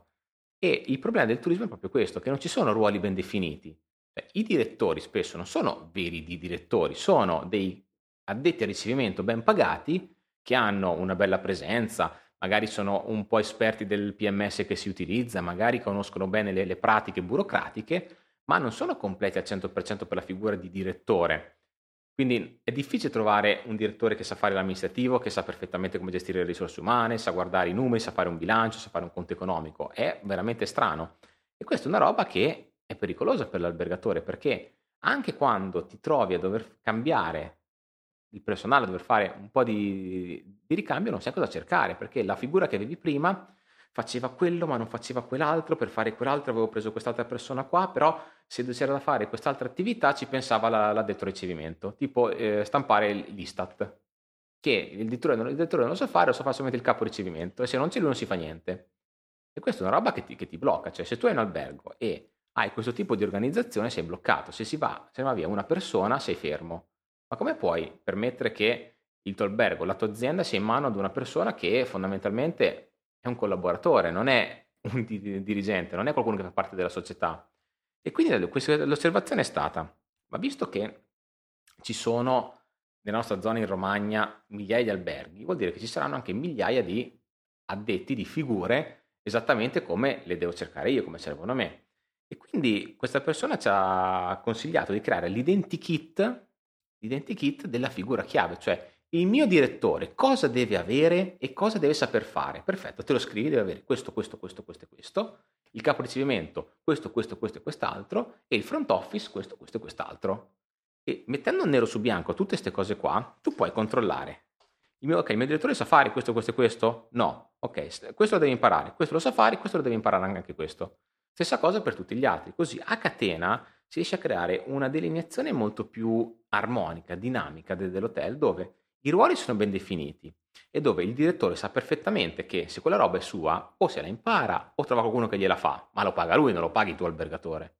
E il problema del turismo è proprio questo, che non ci sono ruoli ben definiti. Cioè, i direttori spesso non sono veri di direttori, sono dei addetti al ricevimento ben pagati che hanno una bella presenza, magari sono un po' esperti del P M S che si utilizza, magari conoscono bene le, le pratiche burocratiche, ma non sono completi al cento per cento per la figura di direttore. Quindi è difficile trovare un direttore che sa fare l'amministrativo, che sa perfettamente come gestire le risorse umane, sa guardare i numeri, sa fare un bilancio, sa fare un conto economico. È veramente strano. E questa è una roba che è pericolosa per l'albergatore, perché anche quando ti trovi a dover cambiare il personale, a dover fare un po' di, di ricambio, non sai cosa cercare, perché la figura che avevi prima faceva quello ma non faceva quell'altro, per fare quell'altro avevo preso quest'altra persona qua, però se c'era da fare quest'altra attività ci pensava la, l'addetto ricevimento, tipo eh, stampare l'Istat, che il direttore, il direttore non lo sa fare, lo sa fare solamente il capo ricevimento, e se non c'è lui non si fa niente. E questa è una roba che ti, che ti blocca, cioè se tu hai un albergo e hai questo tipo di organizzazione sei bloccato, se si va, se va via una persona sei fermo. Ma come puoi permettere che il tuo albergo, la tua azienda sia in mano ad una persona che fondamentalmente è un collaboratore, non è un dirigente, non è qualcuno che fa parte della società? E quindi l'osservazione è stata, ma visto che ci sono nella nostra zona in Romagna migliaia di alberghi, vuol dire che ci saranno anche migliaia di addetti, di figure, esattamente come le devo cercare io, come servono a me. E quindi questa persona ci ha consigliato di creare l'identikit, l'identikit della figura chiave, cioè il mio direttore cosa deve avere e cosa deve saper fare. Perfetto, te lo scrivi, deve avere questo, questo, questo, questo e questo, il capo ricevimento questo, questo, questo e quest'altro, e il front office questo, questo e quest'altro. E mettendo nero su bianco tutte queste cose qua, tu puoi controllare. Il mio, ok, il mio direttore sa fare questo, questo e questo? No. Ok, questo lo devi imparare, questo lo sa fare, questo lo devi imparare anche questo. Stessa cosa per tutti gli altri. Così a catena si riesce a creare una delineazione molto più armonica, dinamica dell'hotel, dove i ruoli sono ben definiti e dove il direttore sa perfettamente che se quella roba è sua, o se la impara o trova qualcuno che gliela fa, ma lo paga lui, non lo paghi tu albergatore.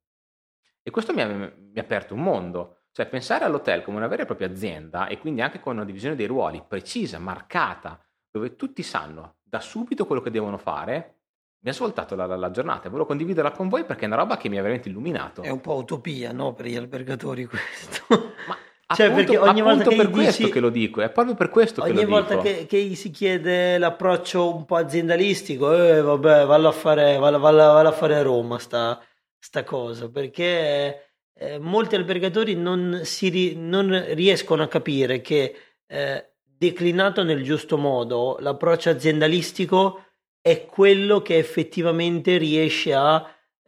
E questo mi ha, mi ha aperto un mondo. Cioè pensare all'hotel come una vera e propria azienda e quindi anche con una divisione dei ruoli precisa, marcata, dove tutti sanno da subito quello che devono fare, mi ha svoltato la, la, la giornata e volevo condividerla con voi perché è una roba che mi ha veramente illuminato. È un po' utopia, no? Per gli albergatori questo. Ma cioè, appunto, perché ogni volta che per dici, questo che lo dico, è proprio per questo che lo dico. ogni volta che, che gli si chiede l'approccio un po' aziendalistico, eh vabbè, vallo a fare, vallo, vallo, vallo a fare a Roma sta, sta cosa, perché eh, molti albergatori non, si ri- non riescono a capire che eh, declinato nel giusto modo l'approccio aziendalistico è quello che effettivamente riesce a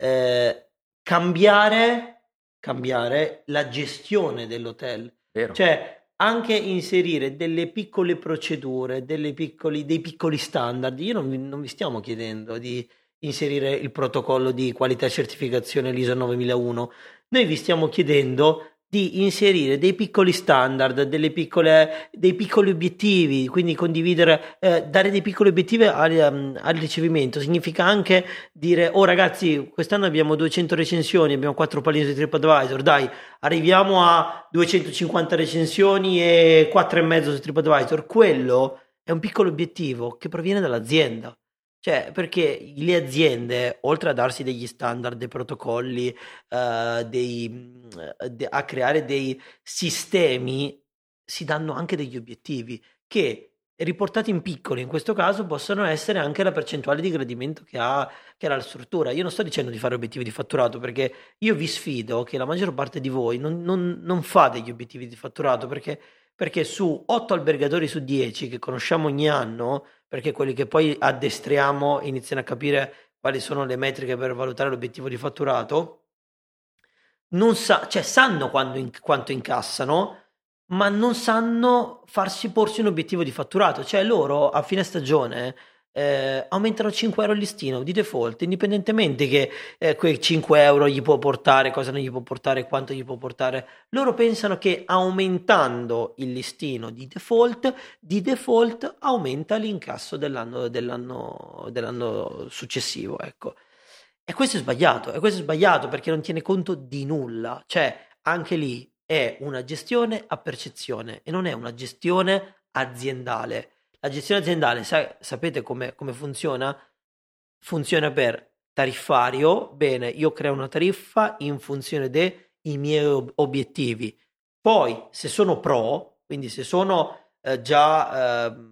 eh, cambiare, cambiare la gestione dell'hotel. Vero. Cioè, anche inserire delle piccole procedure, delle piccoli, dei piccoli standard. Io non vi, non vi stiamo chiedendo di inserire il protocollo di qualità e certificazione, l'I S O novemilauno. Noi vi stiamo chiedendo di inserire dei piccoli standard, delle piccole, dei piccoli obiettivi, quindi condividere, eh, dare dei piccoli obiettivi al, um, al ricevimento. Significa anche dire, oh ragazzi, quest'anno abbiamo duecento recensioni, abbiamo quattro pallini su TripAdvisor, dai, arriviamo a duecentocinquanta recensioni e quattro e mezzo su TripAdvisor. Quello è un piccolo obiettivo che proviene dall'azienda. Cioè, perché le aziende, oltre a darsi degli standard, dei protocolli, eh, dei, de- a creare dei sistemi, si danno anche degli obiettivi che riportati in piccolo, in questo caso possono essere anche la percentuale di gradimento che ha, che ha la struttura. Io non sto dicendo di fare obiettivi di fatturato, perché io vi sfido che la maggior parte di voi non, non, non fa degli obiettivi di fatturato, perché, perché su otto albergatori su dieci che conosciamo ogni anno, perché quelli che poi addestriamo iniziano a capire quali sono le metriche per valutare l'obiettivo di fatturato, non sa, cioè sanno quando in, quanto incassano, ma non sanno farsi porsi un obiettivo di fatturato. Cioè loro a fine stagione eh, aumentano cinque euro il listino di default, indipendentemente che eh, quei cinque euro gli può portare, cosa non gli può portare, quanto gli può portare. Loro pensano che aumentando il listino di default, di default aumenta l'incasso dell'anno, dell'anno, dell'anno successivo, ecco. E questo è sbagliato, e questo è sbagliato perché non tiene conto di nulla. Cioè, anche lì è una gestione a percezione e non è una gestione aziendale. La gestione aziendale, sa- sapete come, come funziona? Funziona per tariffario. Bene, io creo una tariffa in funzione dei miei ob- obiettivi. Poi, se sono pro, quindi se sono eh, già eh,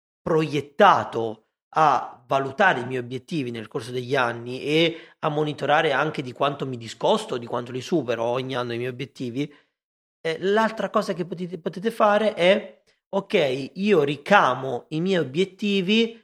proiettato a valutare i miei obiettivi nel corso degli anni e a monitorare anche di quanto mi discosto, di quanto li supero ogni anno i miei obiettivi, eh, l'altra cosa che potete, potete fare è, ok, io ricamo i miei obiettivi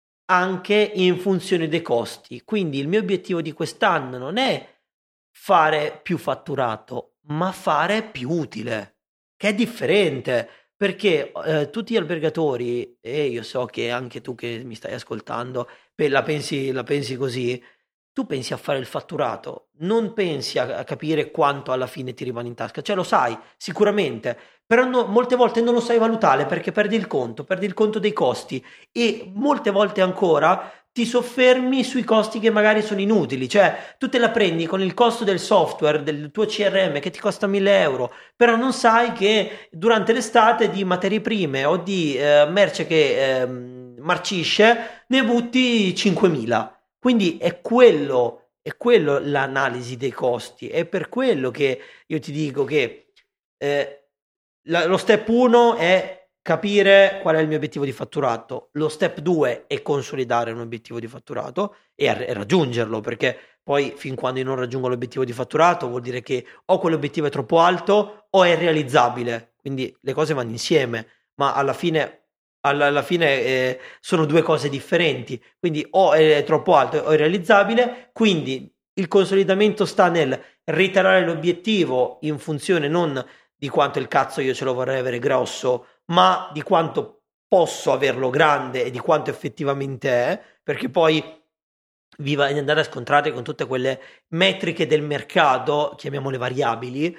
anche in funzione dei costi. Quindi il mio obiettivo di quest'anno non è fare più fatturato, ma fare più utile, che è differente. Perché eh, tutti gli albergatori, e io so che anche tu che mi stai ascoltando, pe- la pensi, la pensi così, tu pensi a fare il fatturato, non pensi a, a capire quanto alla fine ti rimane in tasca. Cioè lo sai, sicuramente, però no- molte volte non lo sai valutare perché perdi il conto, perdi il conto dei costi e molte volte ancora ti soffermi sui costi che magari sono inutili. Cioè tu te la prendi con il costo del software, del tuo C R M che ti costa mille euro, però non sai che durante l'estate di materie prime o di eh, merce che ehm, marcisce ne butti cinquemila. Quindi è quello, è quello l'analisi dei costi. È per quello che io ti dico che eh, la- lo step uno è capire qual è il mio obiettivo di fatturato. Lo step due è consolidare un obiettivo di fatturato e, a- e raggiungerlo, perché poi fin quando io non raggiungo l'obiettivo di fatturato vuol dire che o quell'obiettivo è troppo alto o è realizzabile. Quindi le cose vanno insieme, ma alla fine, alla, alla fine eh, sono due cose differenti. Quindi o è troppo alto o è realizzabile. Quindi il consolidamento sta nel reiterare l'obiettivo in funzione non di quanto il cazzo io ce lo vorrei avere grosso, ma di quanto posso averlo grande e di quanto effettivamente è, perché poi vi va ad andare a scontrare con tutte quelle metriche del mercato, chiamiamole variabili,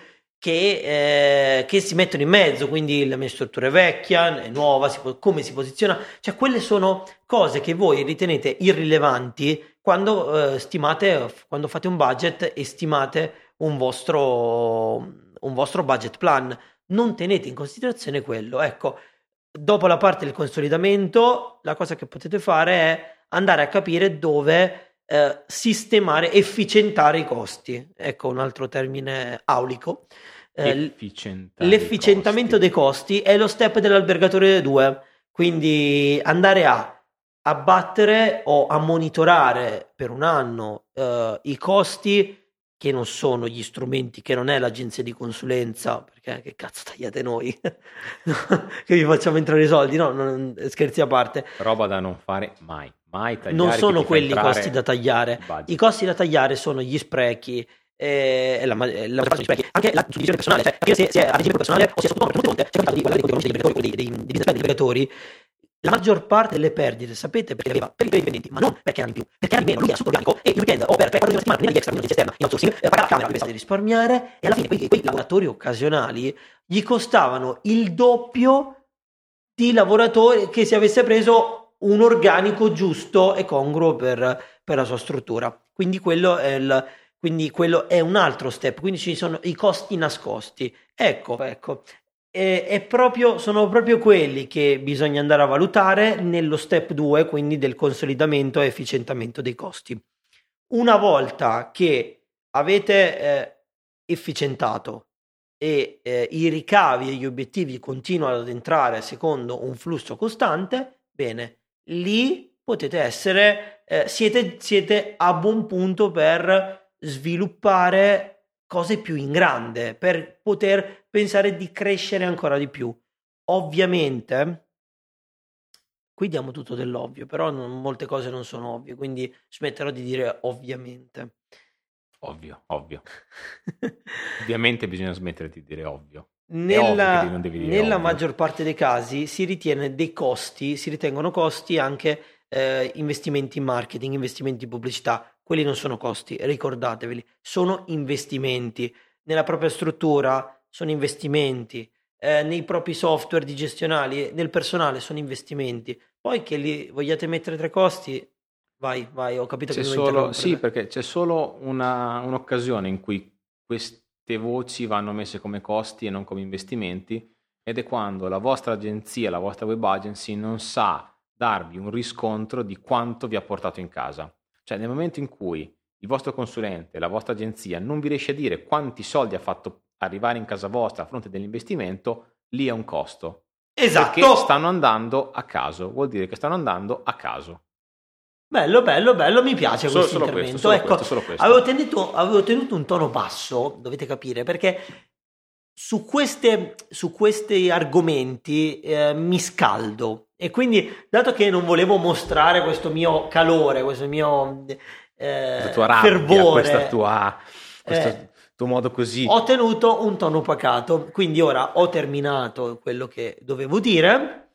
che, eh, che si mettono in mezzo, quindi la mia struttura è vecchia, è nuova, si po- come si posiziona, cioè quelle sono cose che voi ritenete irrilevanti quando eh, stimate, quando fate un budget e stimate un vostro, un vostro budget plan, non tenete in considerazione quello, ecco. Dopo la parte del consolidamento, la cosa che potete fare è andare a capire dove eh, sistemare, efficientare i costi. Ecco un altro termine aulico. Eh, l- Efficientare i l'efficientamento costi. dei costi è lo step dell'albergatore due, quindi andare a abbattere o a monitorare per un anno eh, i costi che non sono gli strumenti, che non è l'agenzia di consulenza, perché che cazzo tagliate noi? Che vi facciamo entrare i soldi? No, non- scherzi a parte. Roba da non fare mai. Mai tagliare Non chi sono ti fa quelli i costi da entrare tagliare. il I budget. costi da tagliare sono gli sprechi. E e la, ma- e la maggior parte degli sprechi, anche la suddivisione personale, cioè capire se, se è a regime del personale o se è sotto perché molte volte c'è capitato di guardare i conti economici degli imprenditori, quelli dei, dei, dei business plan degli imprenditori. La maggior parte delle perdite, sapete perché le aveva? Per i dipendenti, ma non perché erano in più, perché erano in meno, lui era sotto organico e il weekend o per tre quattro giorni a settimana prima di extra, quindi esterna, in outsourcing, eh, pagava la camera, pensate di risparmiare e alla fine quei, quei lavoratori occasionali gli costavano il doppio di lavoratori che se avesse preso un organico giusto e congruo per, per la sua struttura. Quindi quello è il, quindi quello è un altro step, quindi ci sono i costi nascosti. Ecco, ecco. E, è proprio, sono proprio quelli che bisogna andare a valutare nello step due, quindi del consolidamento e efficientamento dei costi. Una volta che avete eh, efficientato e eh, i ricavi e gli obiettivi continuano ad entrare secondo un flusso costante, bene, lì potete essere, eh, siete, siete a buon punto per sviluppare cose più in grande, per poter pensare di crescere ancora di più. Ovviamente, qui diamo tutto dell'ovvio, però non- molte cose non sono ovvie, quindi smetterò di dire ovviamente. Ovvio, ovvio. Ovviamente bisogna smettere di dire ovvio. È ovvio che non Nella, devi dire nella ovvio. maggior parte dei casi si ritiene dei costi, si ritengono costi anche eh, investimenti in marketing, investimenti in pubblicità. Quelli non sono costi, ricordateveli, sono investimenti. Nella propria struttura sono investimenti, eh, nei propri software di gestionali, nel personale sono investimenti. Poi che li vogliate mettere tra i costi, vai, vai, ho capito che C'è mi vuoi solo, interrompere. sì, perché c'è solo una, un'occasione in cui queste voci vanno messe come costi e non come investimenti, ed è quando la vostra agenzia, la vostra web agency non sa darvi un riscontro di quanto vi ha portato in casa. Cioè, nel momento in cui il vostro consulente, la vostra agenzia non vi riesce a dire quanti soldi ha fatto arrivare in casa vostra a fronte dell'investimento, lì è un costo. Perché Esatto! stanno andando a caso, vuol dire che stanno andando a caso. Bello, bello, bello, mi piace Solo, questo solo questo, intervento. solo Ecco, questo, solo questo. avevo tenuto, avevo tenuto un tono basso, dovete capire, perché su, queste, su questi argomenti eh, mi scaldo e quindi, dato che non volevo mostrare questo mio calore, questo mio eh, Questa tua rabbia, fervore, questa tua, questo eh, tuo modo così. ho tenuto un tono pacato, quindi ora ho terminato quello che dovevo dire.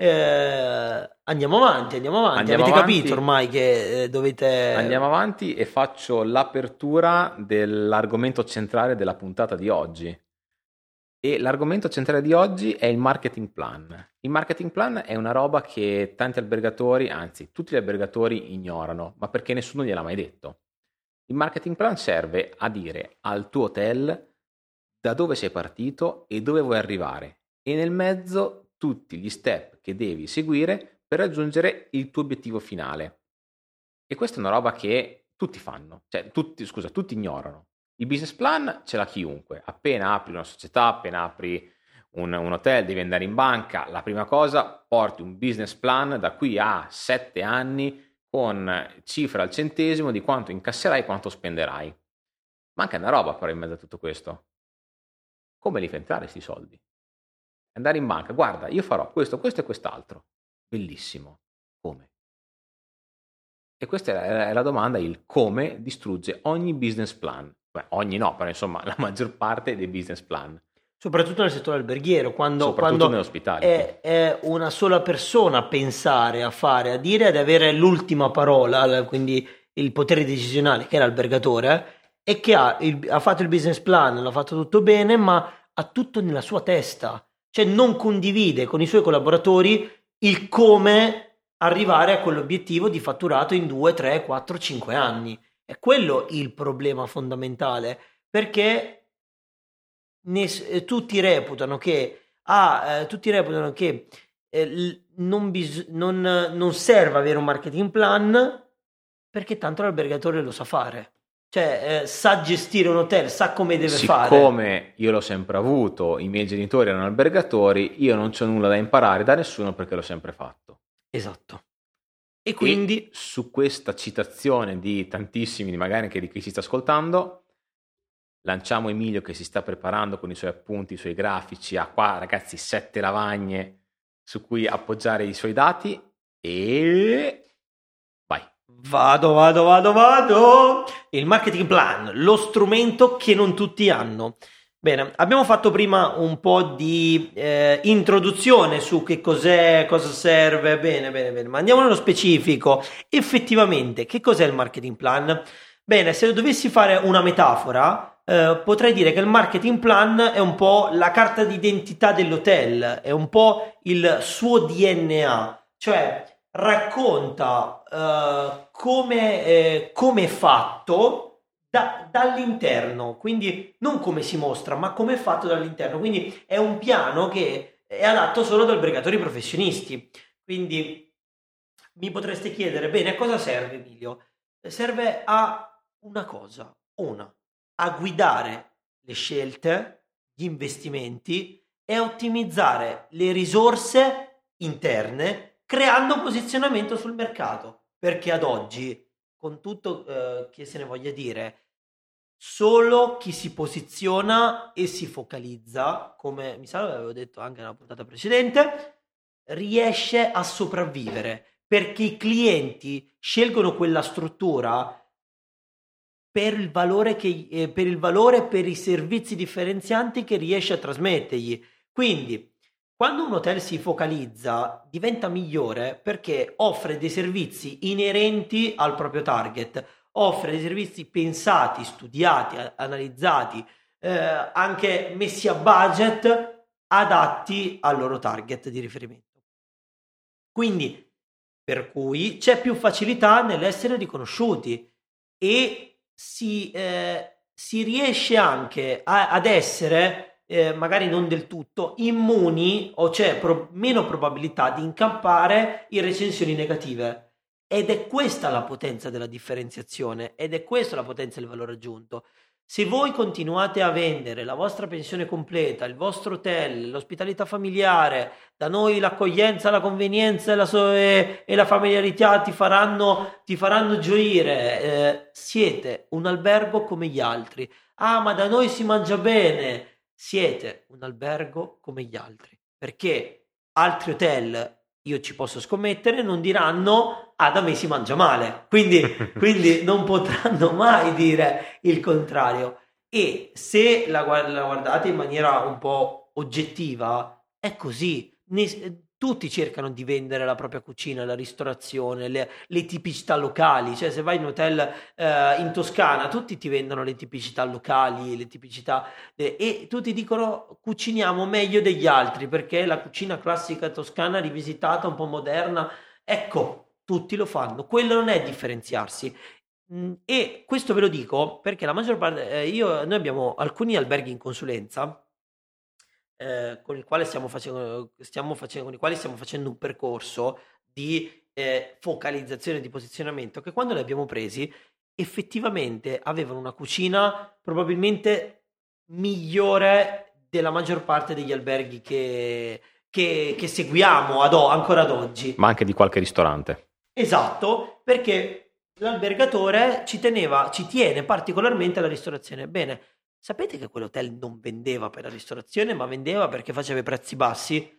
Eh, andiamo avanti, andiamo avanti. Andiamo Avete avanti. capito ormai che eh, dovete. Andiamo avanti e faccio l'apertura dell'argomento centrale della puntata di oggi. E l'argomento centrale di oggi è il marketing plan. Il marketing plan è una roba che tanti albergatori, anzi tutti gli albergatori ignorano, ma perché nessuno gliel'ha mai detto. Il marketing plan serve a dire al tuo hotel da dove sei partito e dove vuoi arrivare, e nel mezzo tutti gli step che devi seguire per raggiungere il tuo obiettivo finale. E questa è una roba che tutti fanno, cioè tutti, scusa, tutti ignorano. Il business plan ce l'ha chiunque. Appena apri una società, appena apri un, un hotel, devi andare in banca, la prima cosa, porti un business plan da qui a sette anni con cifra al centesimo di quanto incasserai e quanto spenderai. Manca una roba però in mezzo a tutto questo. Come li fai entrare questi soldi? Andare in banca, guarda, io farò questo, questo e quest'altro. Bellissimo. Come? E questa è la, è la domanda, il come distrugge ogni business plan. Beh, ogni no, però insomma la maggior parte dei business plan. Soprattutto nel settore alberghiero, quando, Soprattutto quando nell'hospitality. è, è una sola persona a pensare, a fare, a dire, ad avere l'ultima parola, quindi il potere decisionale, che è l'albergatore, e che ha, il- ha fatto il business plan, l'ha fatto tutto bene, ma ha tutto nella sua testa. Cioè non condivide con i suoi collaboratori il come arrivare a quell'obiettivo di fatturato in due, tre, quattro, cinque anni. È quello il problema fondamentale, perché ne- eh, tutti reputano che, ah, eh, tutti reputano che eh, l- non, bis- non, non serve avere un marketing plan perché tanto l'albergatore lo sa fare. Cioè, eh, sa gestire un hotel, sa come deve fare. Siccome io l'ho sempre avuto, i miei genitori erano albergatori, io non c'ho nulla da imparare da nessuno perché l'ho sempre fatto. Esatto. E quindi E su questa citazione di tantissimi, magari anche di chi si sta ascoltando, lanciamo Emilio che si sta preparando con i suoi appunti, i suoi grafici, ha qua ragazzi sette lavagne su cui appoggiare i suoi dati e vai. vado, vado, vado, vado. Il marketing plan, lo strumento che non tutti hanno. Bene, abbiamo fatto prima un po' di eh, introduzione su che cos'è, cosa serve, bene, bene, bene, ma andiamo nello specifico. Effettivamente, che cos'è il marketing plan? Bene, se dovessi fare una metafora, eh, potrei dire che il marketing plan è un po' la carta d'identità dell'hotel, è un po' il suo D N A, cioè racconta eh, come, eh, come è fatto da- dall'interno, quindi non come si mostra, ma come è fatto dall'interno. Quindi è un piano che è adatto solo ad albergatori professionisti. Quindi mi potreste chiedere, bene, a cosa serve Emilio? Serve a una cosa, una, a guidare le scelte gli investimenti è ottimizzare le risorse interne creando posizionamento sul mercato, perché ad oggi, con tutto eh, che se ne voglia dire, solo chi si posiziona e si focalizza, come mi sa l'avevo detto anche nella puntata precedente, riesce a sopravvivere, perché i clienti scelgono quella struttura per il valore che eh, per il valore per i servizi differenzianti che riesce a trasmettergli. Quindi, quando un hotel si focalizza, diventa migliore perché offre dei servizi inerenti al proprio target, offre dei servizi pensati, studiati, a- analizzati, eh, anche messi a budget adatti al loro target di riferimento. Quindi, per cui c'è più facilità nell'essere riconosciuti e si, eh, si riesce anche a- ad essere, eh, magari non del tutto, immuni o c'è pro- meno probabilità di incappare in recensioni negative. Ed è questa la potenza della differenziazione ed è questa la potenza del valore aggiunto. Se voi continuate a vendere la vostra pensione completa, il vostro hotel, l'ospitalità familiare, da noi l'accoglienza, la convenienza e la, so- e, e la familiarità ti faranno, ti faranno gioire, eh, siete un albergo come gli altri. Ah, ma da noi si mangia bene. Siete un albergo come gli altri. Perché altri hotel, io ci posso scommettere, non diranno ah, da me si mangia male. Quindi, quindi non potranno mai dire il contrario. E se la, la guardate in maniera un po' oggettiva, è così. Ne, tutti cercano di vendere la propria cucina, la ristorazione, le, le tipicità locali. Cioè, se vai in un hotel eh, in Toscana, tutti ti vendono le tipicità locali, le tipicità eh, e tutti dicono cuciniamo meglio degli altri perché la cucina classica toscana rivisitata, un po' moderna. Ecco, tutti lo fanno. Quello non è differenziarsi. Mm, E questo ve lo dico perché la maggior parte, eh, io, noi abbiamo alcuni alberghi in consulenza eh, con il quale stiamo facendo, stiamo facendo, con i quali stiamo facendo un percorso di eh, focalizzazione di posizionamento che quando li abbiamo presi effettivamente avevano una cucina probabilmente migliore della maggior parte degli alberghi che, che, che seguiamo ad o, ancora ad oggi. Ma anche di qualche ristorante. Esatto, perché l'albergatore ci teneva, ci tiene particolarmente alla ristorazione. Bene, sapete che quell'hotel non vendeva per la ristorazione, ma vendeva perché faceva i prezzi bassi?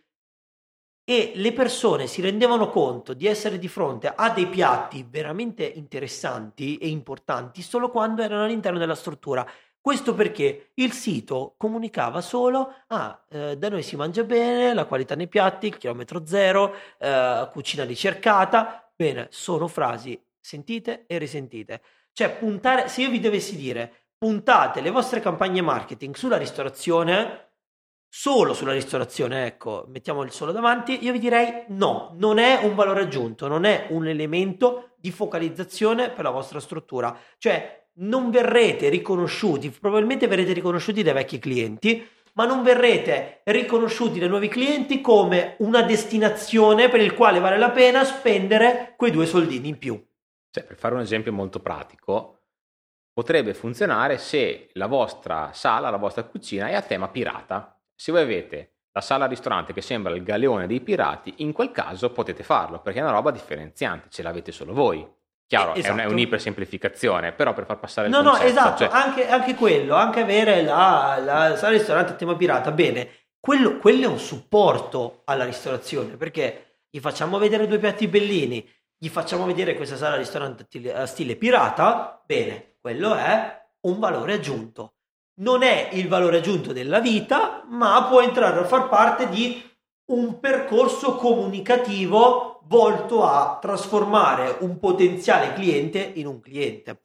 E le persone si rendevano conto di essere di fronte a dei piatti veramente interessanti e importanti solo quando erano all'interno della struttura. Questo perché il sito comunicava solo, ah, eh, da noi si mangia bene, la qualità nei piatti, il chilometro zero, eh, cucina ricercata. Bene, sono frasi sentite e risentite. Cioè, puntare, se io vi dovessi dire, puntate le vostre campagne marketing sulla ristorazione, solo sulla ristorazione, ecco, mettiamo il solo davanti, io vi direi no, non è un valore aggiunto, non è un elemento di focalizzazione per la vostra struttura. Cioè, non verrete riconosciuti, probabilmente verrete riconosciuti dai vecchi clienti, ma non verrete riconosciuti dai nuovi clienti come una destinazione per il quale vale la pena spendere quei due soldini in più. Cioè, per fare un esempio molto pratico, potrebbe funzionare se la vostra sala, la vostra cucina è a tema pirata. Se voi avete la sala ristorante che sembra il galeone dei pirati, in quel caso potete farlo, perché è una roba differenziante, ce l'avete solo voi. Chiaro, Eh, esatto. è, un, è un'ipersemplificazione, però per far passare il No, concetto... no, esatto, cioè... anche, anche quello, anche avere la, la sala ristorante a tema pirata, bene, quello, quello è un supporto alla ristorazione, perché gli facciamo vedere due piatti bellini, gli facciamo vedere questa sala ristorante a stile pirata, bene, quello è un valore aggiunto. Non è il valore aggiunto della vita, ma può entrare a far parte di un percorso comunicativo volto a trasformare un potenziale cliente in un cliente.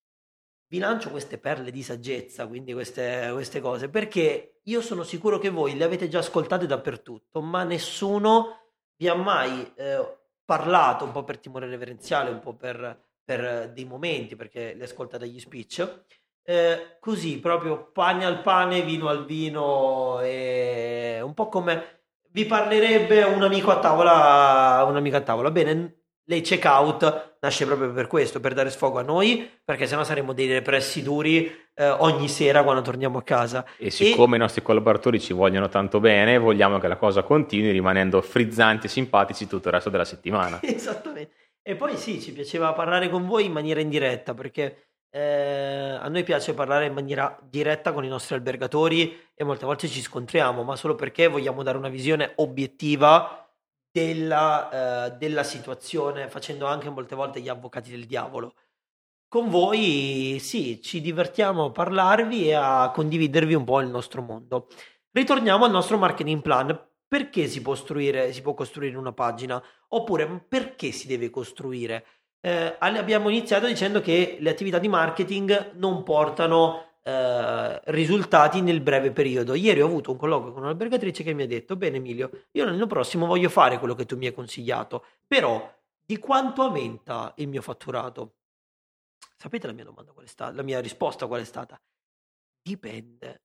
Vi lancio queste perle di saggezza, quindi queste, queste cose, perché io sono sicuro che voi le avete già ascoltate dappertutto, ma nessuno vi ha mai eh, parlato, un po' per timore reverenziale, un po' per, per dei momenti, perché le ascolta dagli speech, eh, così proprio pane al pane, vino al vino, e un po' come vi parlerebbe un amico a tavola, un amico a tavola. Bene, lei checkout nasce proprio per questo, per dare sfogo a noi, perché sennò saremmo dei repressi duri eh, ogni sera quando torniamo a casa. E siccome e... i nostri collaboratori ci vogliono tanto bene, vogliamo che la cosa continui rimanendo frizzanti e simpatici tutto il resto della settimana. Esattamente. E poi sì, ci piaceva parlare con voi in maniera indiretta, perché eh, a noi piace parlare in maniera diretta con i nostri albergatori e molte volte ci scontriamo, ma solo perché vogliamo dare una visione obiettiva della, eh, della situazione, facendo anche molte volte gli avvocati del diavolo. Con voi sì, ci divertiamo a parlarvi e a condividervi un po' il nostro mondo. Ritorniamo al nostro marketing plan. Perché si può costruire, si può costruire una pagina? Oppure perché si deve costruire? Eh, abbiamo iniziato dicendo che le attività di marketing non portano eh, risultati nel breve periodo. Ieri ho avuto un colloquio con un'albergatrice che mi ha detto: bene Emilio, io l'anno prossimo voglio fare quello che tu mi hai consigliato, però di quanto aumenta il mio fatturato? Sapete la mia domanda qual è stata? La mia risposta qual è stata? Dipende.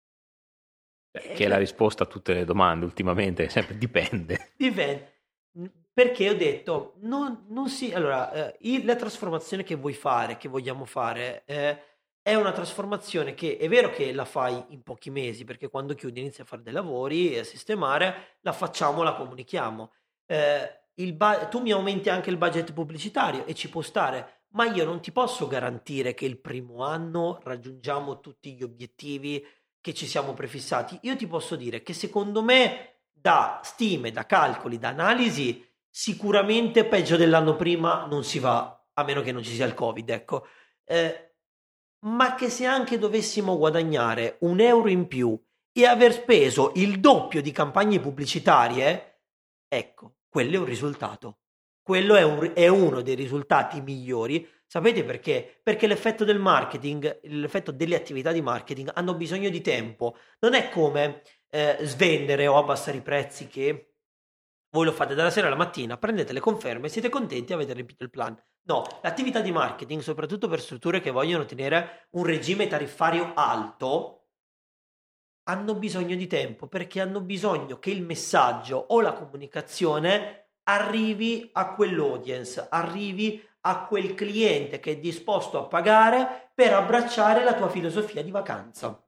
Eh, che è la risposta a tutte le domande ultimamente, sempre dipende. Dipende. Perché ho detto, non, non si... Allora, eh, il- la trasformazione che vuoi fare, che vogliamo fare, eh, è una trasformazione che è vero che la fai in pochi mesi, perché quando chiudi inizi a fare dei lavori, a sistemare, la facciamo, la comunichiamo. Eh, il ba- tu mi aumenti anche il budget pubblicitario e ci può stare, ma io non ti posso garantire che il primo anno raggiungiamo tutti gli obiettivi che ci siamo prefissati. Io ti posso dire che secondo me, da stime, da calcoli, da analisi, sicuramente peggio dell'anno prima non si va, a meno che non ci sia il Covid, ecco. Eh, ma che se anche dovessimo guadagnare un euro in più e aver speso il doppio di campagne pubblicitarie, ecco, quello è un risultato. Quello è, un- è uno dei risultati migliori. Sapete perché? Perché l'effetto del marketing, l'effetto delle attività di marketing hanno bisogno di tempo. Non è come eh, svendere o abbassare i prezzi, che voi lo fate dalla sera alla mattina, prendete le conferme, siete contenti e avete riempito il plan. No, l'attività di marketing, soprattutto per strutture che vogliono tenere un regime tariffario alto, hanno bisogno di tempo, perché hanno bisogno che il messaggio o la comunicazione arrivi a quell'audience, arrivi a quel cliente che è disposto a pagare per abbracciare la tua filosofia di vacanza.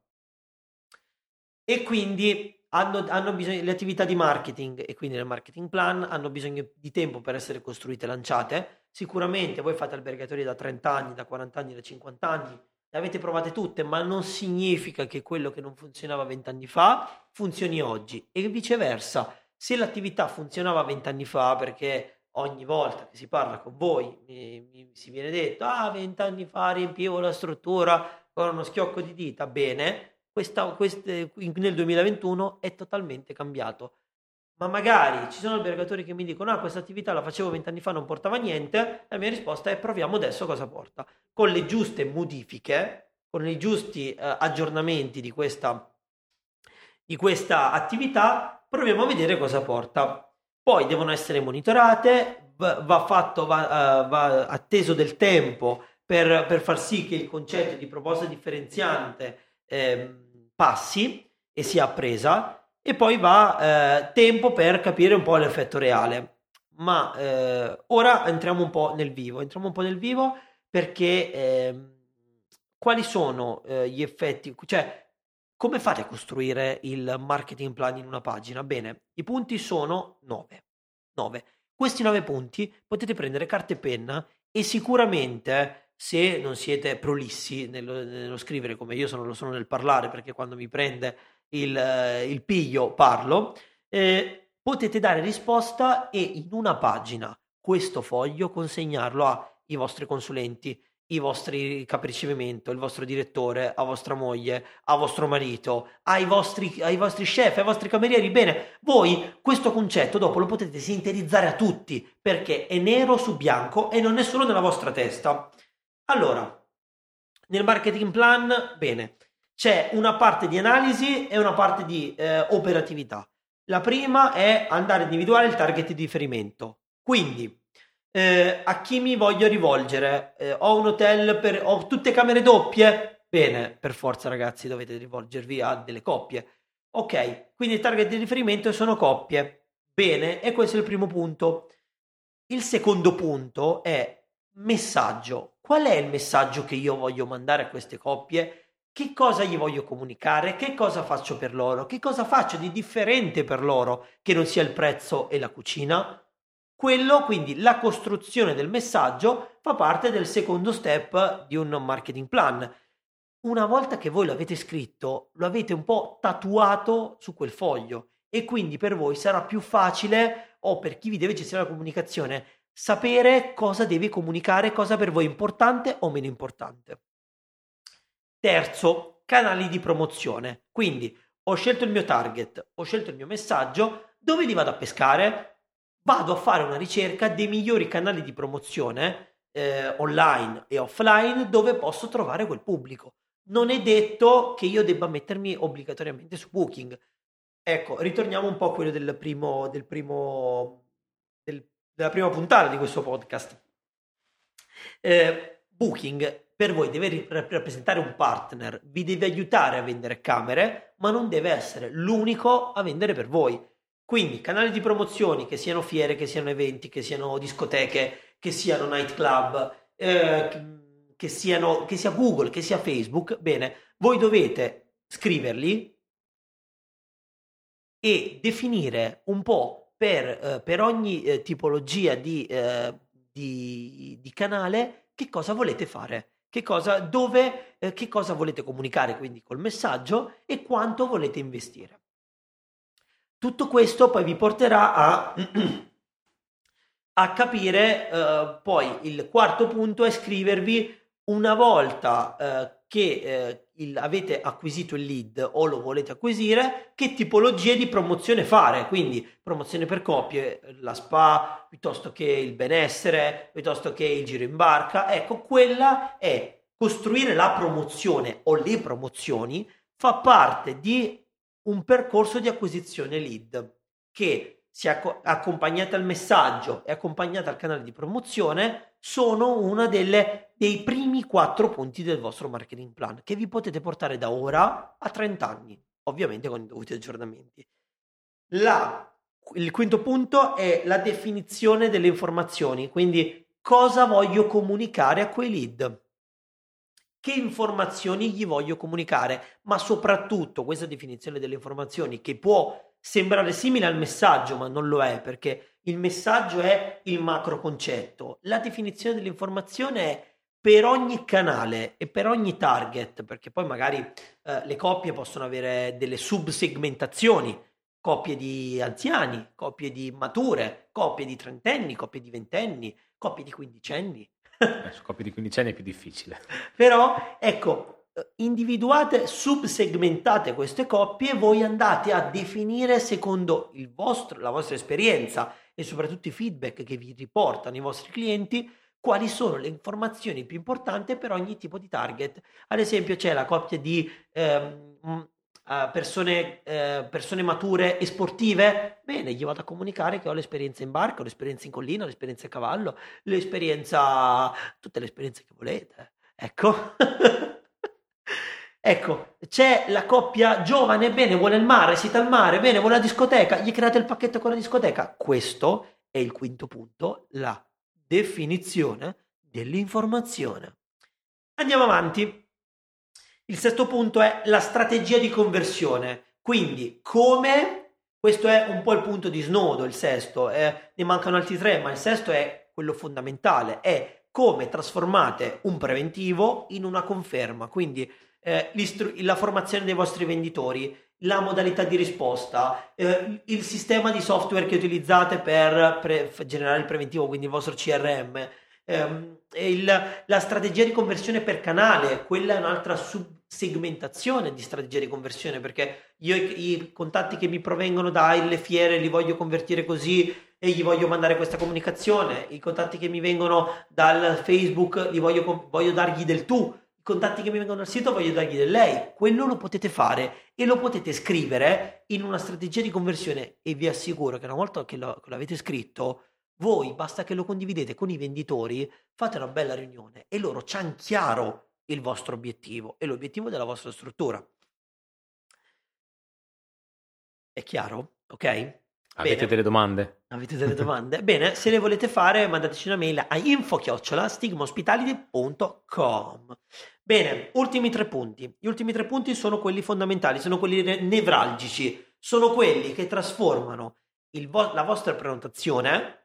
E quindi hanno, hanno bisogno, le attività di marketing e quindi il marketing plan hanno bisogno di tempo per essere costruite e lanciate. Sicuramente voi fate albergatori da trenta anni, da quaranta anni, da cinquanta anni, le avete provate tutte, ma non significa che quello che non funzionava venti anni fa funzioni oggi, e viceversa. Se l'attività funzionava venti anni fa, perché ogni volta che si parla con voi mi, mi, si viene detto: ah, venti anni fa riempivo la struttura con uno schiocco di dita, bene, questa, queste, nel duemilaventuno è totalmente cambiato. Ma magari ci sono albergatori che mi dicono: ah, questa attività la facevo vent'anni fa, non portava niente. La mia risposta è: proviamo adesso cosa porta. Con le giuste modifiche, con i giusti eh, aggiornamenti di questa, di questa attività, proviamo a vedere cosa porta. Poi devono essere monitorate, va, va fatto, va, uh, va atteso del tempo per, per far sì che il concetto di proposta differenziante eh, passi e sia appresa, e poi va eh, tempo per capire un po' l'effetto reale. Ma eh, ora entriamo un po' nel vivo, entriamo un po' nel vivo perché eh, quali sono eh, gli effetti, cioè come fate a costruire il marketing plan in una pagina? Bene, i punti sono nove. nove. Questi nove punti potete prendere carta e penna e sicuramente, se non siete prolissi nello, nello scrivere come io sono, lo sono nel parlare, perché quando mi prende il, eh, il piglio parlo, eh, potete dare risposta e in una pagina questo foglio consegnarlo ai vostri consulenti, i vostri capi ricevimento, il vostro direttore, a vostra moglie, a vostro marito, ai vostri, ai vostri chef, ai vostri camerieri. Bene, voi questo concetto dopo lo potete sintetizzare a tutti, perché è nero su bianco e non è solo nella vostra testa. Allora, nel marketing plan, bene, c'è una parte di analisi e una parte di eh, operatività. La prima è andare a individuare il target di riferimento. Quindi, eh, a chi mi voglio rivolgere? Eh, ho un hotel per... ho tutte camere doppie? Bene, per forza ragazzi dovete rivolgervi a delle coppie. Ok, quindi il target di riferimento sono coppie. Bene, e questo è il primo punto. Il secondo punto è messaggio. Qual è il messaggio che io voglio mandare a queste coppie? Che cosa gli voglio comunicare? Che cosa faccio per loro? Che cosa faccio di differente per loro che non sia il prezzo e la cucina? Quello, quindi la costruzione del messaggio, fa parte del secondo step di un marketing plan. Una volta che voi lo avete scritto, lo avete un po' tatuato su quel foglio e quindi per voi sarà più facile, o per chi vi deve gestire la comunicazione, sapere cosa deve comunicare, cosa per voi è importante o meno importante. Terzo, canali di promozione. Quindi ho scelto il mio target, ho scelto il mio messaggio, dove li vado a pescare? Vado a fare una ricerca dei migliori canali di promozione eh, online e offline dove posso trovare quel pubblico. Non è detto che io debba mettermi obbligatoriamente su Booking. Ecco, ritorniamo un po' a quello del primo, del primo, del- della prima puntata di questo podcast. Eh, Booking per voi deve ri- rappresentare un partner, vi deve aiutare a vendere camere, ma non deve essere l'unico a vendere per voi. Quindi canali di promozioni, che siano fiere, che siano eventi, che siano discoteche, che siano nightclub, eh, che, siano, che sia Google, che sia Facebook, bene, voi dovete scriverli e definire un po' per, eh, per ogni eh, tipologia di, eh, di, di canale che cosa volete fare, che cosa, dove, eh, che cosa volete comunicare quindi col messaggio e quanto volete investire. Tutto questo poi vi porterà a, a capire, eh, poi il quarto punto è scrivervi una volta eh, che eh, il, avete acquisito il lead o lo volete acquisire, che tipologie di promozione fare, quindi promozione per coppie, la spa, piuttosto che il benessere, piuttosto che il giro in barca. Ecco, quella è costruire la promozione o le promozioni, fa parte di un percorso di acquisizione lead che, se acco- accompagnata al messaggio e accompagnata al canale di promozione, sono una delle dei primi quattro punti del vostro marketing plan che vi potete portare da ora a trenta anni, ovviamente con i dovuti aggiornamenti. La, il quinto punto è la definizione delle informazioni, quindi cosa voglio comunicare a quei lead. Che informazioni gli voglio comunicare, ma soprattutto questa definizione delle informazioni, che può sembrare simile al messaggio, ma non lo è, perché il messaggio è il macro concetto. La definizione dell'informazione è per ogni canale e per ogni target, perché poi magari eh, le coppie possono avere delle subsegmentazioni, coppie di anziani, coppie di mature, coppie di trentenni, coppie di ventenni, coppie di quindicenni. Eh, su coppie di quindici anni è più difficile. Però, ecco, individuate, subsegmentate queste coppie e voi andate a definire secondo il vostro, la vostra esperienza e soprattutto i feedback che vi riportano i vostri clienti, quali sono le informazioni più importanti per ogni tipo di target. Ad esempio c'è la coppia di ehm, uh, persone, uh, persone mature e sportive, bene, gli vado a comunicare che ho l'esperienza in barca, ho l'esperienza in collina, ho l'esperienza a cavallo, l'esperienza, tutte le esperienze che volete. Ecco. Ecco, c'è la coppia giovane, bene, vuole il mare, siete al mare, bene, vuole la discoteca, gli create il pacchetto con la discoteca. Questo è il quinto punto, la definizione dell'informazione. Andiamo avanti. Il sesto punto è la strategia di conversione. Quindi, come, questo è un po' il punto di snodo, il sesto, eh, ne mancano altri tre, ma il sesto è quello fondamentale, è come trasformate un preventivo in una conferma. Quindi eh, la formazione dei vostri venditori, la modalità di risposta, eh, il sistema di software che utilizzate per pre- generare il preventivo, quindi il vostro C R M, ehm, il, la strategia di conversione per canale, quella è un'altra subsegmentazione di strategia di conversione, perché io i, i contatti che mi provengono dalle fiere li voglio convertire così e gli voglio mandare questa comunicazione, i contatti che mi vengono dal Facebook li voglio, voglio dargli del tu, i contatti che mi vengono dal sito voglio dargli del lei. Quello lo potete fare e lo potete scrivere in una strategia di conversione e vi assicuro che una volta che, lo, che l'avete scritto, voi basta che lo condividete con i venditori, fate una bella riunione e loro c'hanno chiaro il vostro obiettivo e l'obiettivo della vostra struttura. È chiaro? Ok? Avete Bene. delle domande? Avete delle domande? Bene, se le volete fare, mandateci una mail a info chiocciola stigma hospitality punto com. Bene, ultimi tre punti. Gli ultimi tre punti sono quelli fondamentali, sono quelli ne- nevralgici, sono quelli che trasformano il vo- la vostra prenotazione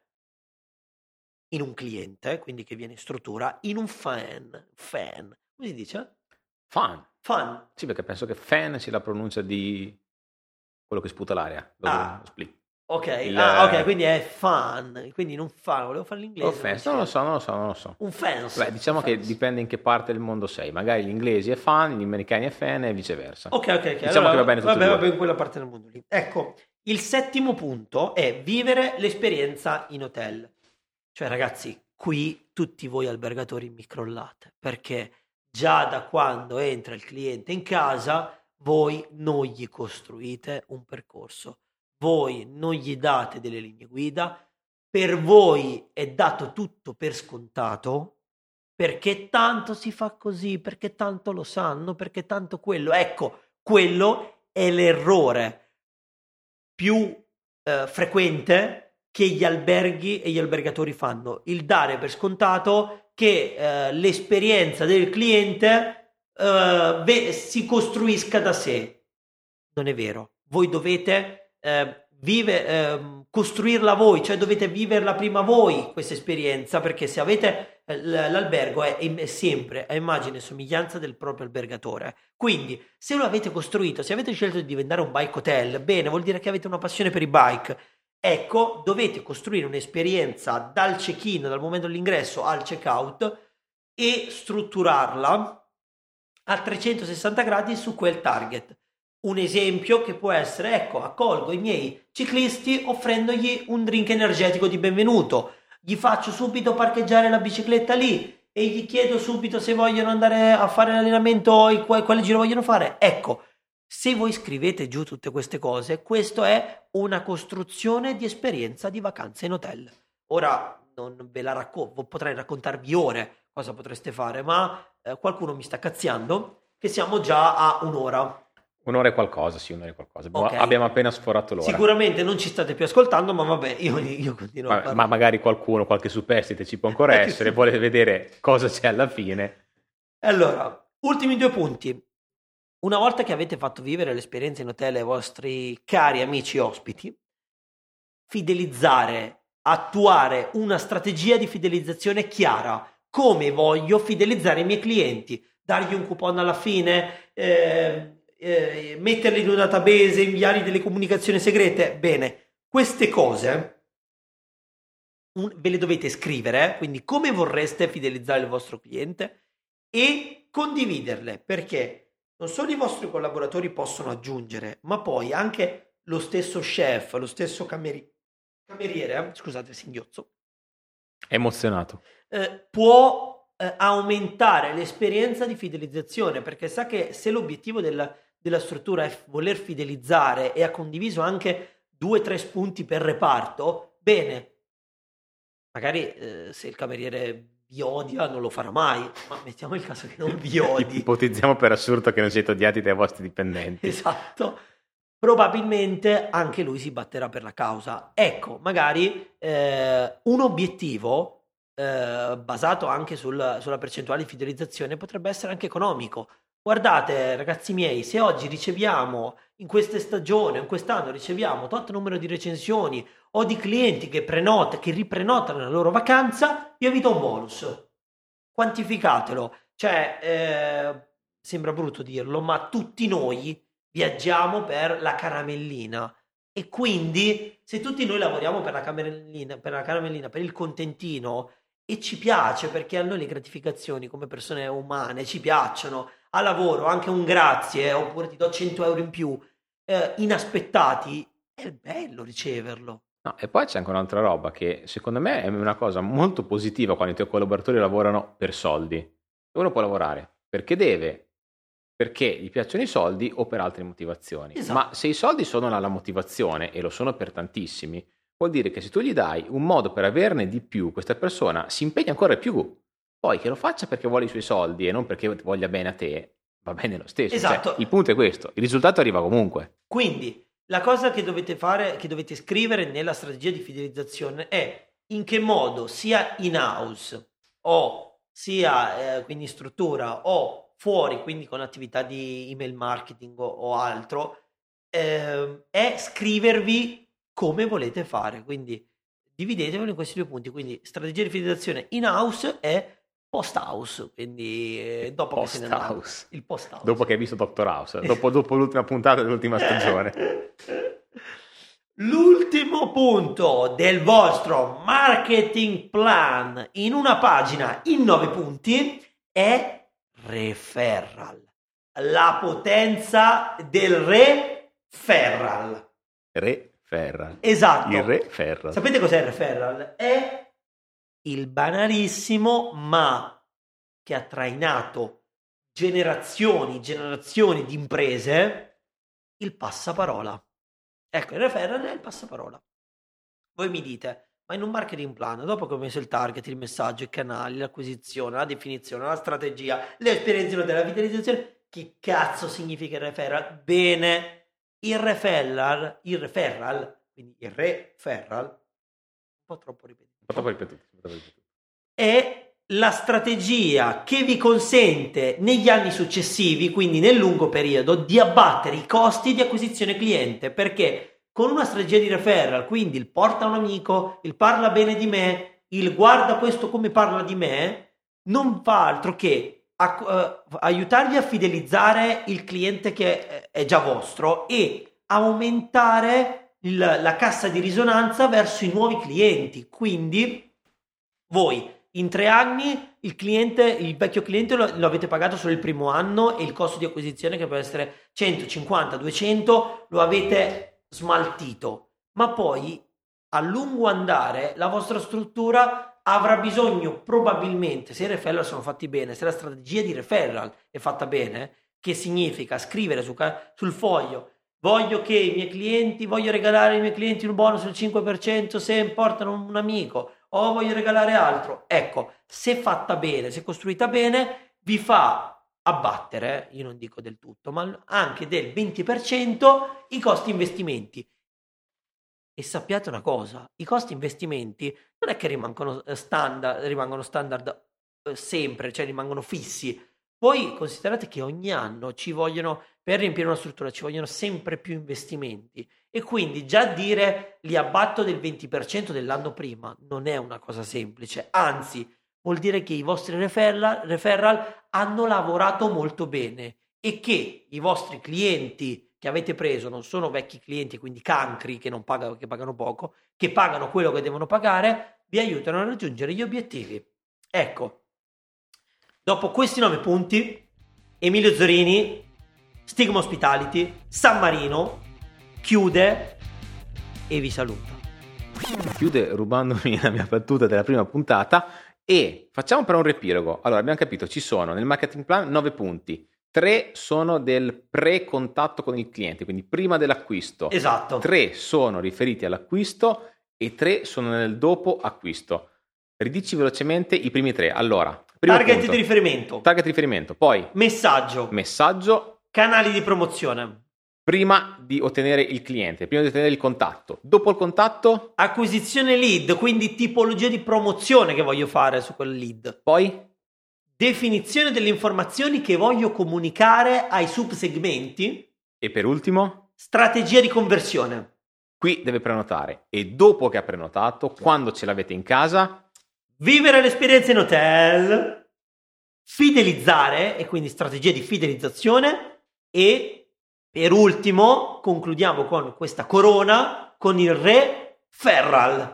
in un cliente, quindi che viene in struttura, in un fan. Fan. Come si dice? Fan. Fan. Sì, perché penso che fan sia la pronuncia di quello che sputa l'aria dopo Ah. lo split. Ok, Il- ah, ok, quindi è fan, quindi non fan, volevo fare l'inglese. O fans, non lo so, non lo so, non lo so. Un fans. Beh, diciamo un che fans. dipende in che parte del mondo sei. Magari gli inglesi è fan, gli americani è fan e viceversa. Ok, ok, ok. Diciamo allora, che va bene tutto vabbè, e due. vabbè, in quella parte del mondo lì. Ecco, il settimo punto è vivere l'esperienza in hotel. Cioè, ragazzi, qui tutti voi albergatori mi crollate, perché già da quando entra il cliente in casa, voi non gli costruite un percorso, voi non gli date delle linee guida, per voi è dato tutto per scontato, perché tanto si fa così, perché tanto lo sanno, perché tanto quello. Ecco, quello è l'errore più eh, frequente che gli alberghi e gli albergatori fanno, il dare per scontato che eh, l'esperienza del cliente eh, ve- si costruisca da sé. Non è vero, voi dovete eh, vive, ehm, costruirla voi, cioè dovete viverla prima voi questa esperienza, perché se avete eh, l- l'albergo è, è sempre a immagine e somiglianza del proprio albergatore. Quindi se lo avete costruito, se avete scelto di diventare un bike hotel, bene, vuol dire che avete una passione per i bike. Ecco, dovete costruire un'esperienza dal check-in, dal momento dell'ingresso al check-out, e strutturarla a trecentosessanta gradi su quel target. Un esempio che può essere, ecco, accolgo i miei ciclisti offrendogli un drink energetico di benvenuto, gli faccio subito parcheggiare la bicicletta lì e gli chiedo subito se vogliono andare a fare l'allenamento e quale giro vogliono fare. Ecco, se voi scrivete giù tutte queste cose, questo è una costruzione di esperienza di vacanza in hotel. Ora non ve la racconto, potrei raccontarvi ore cosa potreste fare, ma eh, qualcuno mi sta cazziando che siamo già a un'ora. Un'ora e qualcosa, sì, un'ora e qualcosa. Abbiamo, Ok. abbiamo appena sforato l'ora. Sicuramente non ci state più ascoltando, ma vabbè, io, io continuo a Ma, parlare. ma magari qualcuno, qualche superstite ci può ancora essere, vuole vedere cosa c'è alla fine. Allora, ultimi due punti. Una volta che avete fatto vivere l'esperienza in hotel ai vostri cari amici ospiti, fidelizzare, attuare una strategia di fidelizzazione chiara. Come voglio fidelizzare i miei clienti? Dargli un coupon alla fine, eh, eh, metterli in un database, inviargli delle comunicazioni segrete? Bene, queste cose un, ve le dovete scrivere, quindi come vorreste fidelizzare il vostro cliente e condividerle, perché non solo i vostri collaboratori possono aggiungere, ma poi anche lo stesso chef, lo stesso cameri- cameriere, scusate singhiozzo, È emozionato. eh, può eh, aumentare l'esperienza di fidelizzazione, perché sa che se l'obiettivo della, della struttura è voler fidelizzare e ha condiviso anche due o tre spunti per reparto, bene, magari eh, se il cameriere vi odia non lo farà mai, ma mettiamo il caso che non vi odi. Ipotizziamo per assurdo che non siete odiati dai vostri dipendenti. Esatto. Probabilmente anche lui si batterà per la causa. Ecco, magari eh, un obiettivo eh, basato anche sul- sulla percentuale di fidelizzazione potrebbe essere anche economico. Guardate, ragazzi miei, se oggi riceviamo in questa stagione, in quest'anno riceviamo tot numero di recensioni o di clienti che prenotano, che riprenotano la loro vacanza, io vi do un bonus. Quantificatelo. Cioè, eh, sembra brutto dirlo, ma tutti noi viaggiamo per la caramellina e quindi se tutti noi lavoriamo per la caramellina, per la caramellina, per il contentino e ci piace perché a noi le gratificazioni come persone umane ci piacciono, a lavoro anche un grazie oppure ti do cento euro in più, eh, inaspettati, è bello riceverlo. No, e poi c'è anche un'altra roba che secondo me è una cosa molto positiva quando i tuoi collaboratori lavorano per soldi. Uno può lavorare perché deve, perché gli piacciono i soldi o per altre motivazioni. Esatto. Ma se i soldi sono la, la motivazione, e lo sono per tantissimi, vuol dire che se tu gli dai un modo per averne di più, questa persona si impegna ancora di più. Poi che lo faccia perché vuole i suoi soldi e non perché voglia bene a te, va bene lo stesso. Esatto. Cioè, il punto è questo, il risultato arriva comunque. Quindi la cosa che dovete fare, che dovete scrivere nella strategia di fidelizzazione è in che modo sia in house o sia eh, quindi in struttura o fuori, quindi con attività di email marketing o, o altro, eh, è scrivervi come volete fare. Quindi dividetevelo in questi due punti, quindi strategia di fidelizzazione in house e post house, quindi eh, dopo post che se ne andrà. house. Il post house. Dopo che hai visto Doctor House, dopo, dopo l'ultima puntata dell'ultima stagione. L'ultimo punto del vostro marketing plan in una pagina in nove punti è referral. La potenza del referral. Referral. Esatto. Il referral. Sapete cos'è il referral? È il banalissimo ma che ha trainato generazioni, generazioni di imprese, il passaparola. Ecco, il referral è il passaparola. Voi mi dite, ma in un marketing plan, dopo che ho messo il target, il messaggio, i canali, l'acquisizione, la definizione, la strategia, le esperienze della fidelizzazione, che cazzo significa il referral? Bene, il referral, il referral, quindi il referral, un po' troppo ripetuto, Un po' troppo ripetuto, un po' troppo ripetuto. è la strategia che vi consente negli anni successivi, quindi nel lungo periodo, di abbattere i costi di acquisizione cliente, perché con una strategia di referral, quindi il porta un amico, il parla bene di me, il guarda questo come parla di me, non fa altro che a, uh, aiutarvi a fidelizzare il cliente che è già vostro e aumentare il, la cassa di risonanza verso i nuovi clienti. Quindi voi in tre anni il cliente, il vecchio cliente lo, lo avete pagato solo il primo anno e il costo di acquisizione, che può essere centocinquanta duecento, lo avete smaltito, ma poi a lungo andare la vostra struttura avrà bisogno probabilmente, se i referral sono fatti bene, se la strategia di referral è fatta bene, che significa scrivere su, sul foglio: voglio che i miei clienti, voglio regalare ai miei clienti un bonus del cinque per cento se portano un amico, o voglio regalare altro. Ecco, se fatta bene, se costruita bene, vi fa abbattere, io non dico del tutto, ma anche del venti per cento i costi investimenti. E sappiate una cosa, i costi investimenti non è che rimangono standard, rimangono standard eh, sempre, cioè rimangono fissi. Voi considerate che ogni anno ci vogliono, per riempire una struttura, ci vogliono sempre più investimenti, e quindi già dire li abbatto del venti per cento dell'anno prima non è una cosa semplice, anzi vuol dire che i vostri referral, referral hanno lavorato molto bene e che i vostri clienti che avete preso non sono vecchi clienti, quindi cancri che non pagano, che pagano poco, che pagano quello che devono pagare, vi aiutano a raggiungere gli obiettivi. Ecco, dopo questi nove punti, Emilio Zorini, Stigma Hospitality, San Marino, chiude e vi saluta. Chiude rubandomi la mia battuta della prima puntata e facciamo però un riepilogo. Allora, abbiamo capito, ci sono nel marketing plan nove punti. Tre sono del pre-contatto con il cliente, quindi prima dell'acquisto. Esatto. Tre sono riferiti all'acquisto e tre sono nel dopo acquisto. Ridici velocemente i primi tre. Allora, primo target punto, di riferimento. Target di riferimento. Poi messaggio. Messaggio. Canali di promozione. Prima di ottenere il cliente, prima di ottenere il contatto. Dopo il contatto? Acquisizione lead, quindi tipologia di promozione che voglio fare su quel lead. Poi? Definizione delle informazioni che voglio comunicare ai subsegmenti. E per ultimo? Strategia di conversione. Qui deve prenotare e dopo che ha prenotato, quando ce l'avete in casa, vivere l'esperienza in hotel, fidelizzare, e quindi strategia di fidelizzazione, e per ultimo concludiamo con questa corona con il referral.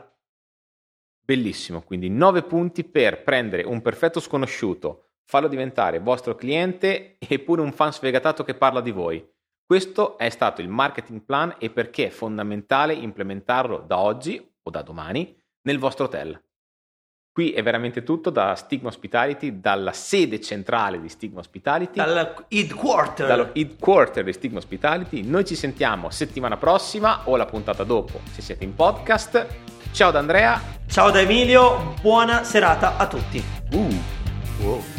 Bellissimo, quindi nove punti per prendere un perfetto sconosciuto, farlo diventare vostro cliente e pure un fan sfegatato che parla di voi. Questo è stato il marketing plan e perché è fondamentale implementarlo da oggi o da domani nel vostro hotel. Qui è veramente tutto da Stigma Hospitality, dalla sede centrale di Stigma Hospitality, dal headquarter. dallo headquarter di Stigma Hospitality. Noi ci sentiamo settimana prossima o la puntata dopo se siete in podcast. Ciao da Andrea. Ciao da Emilio, buona serata a tutti. Uh, wow.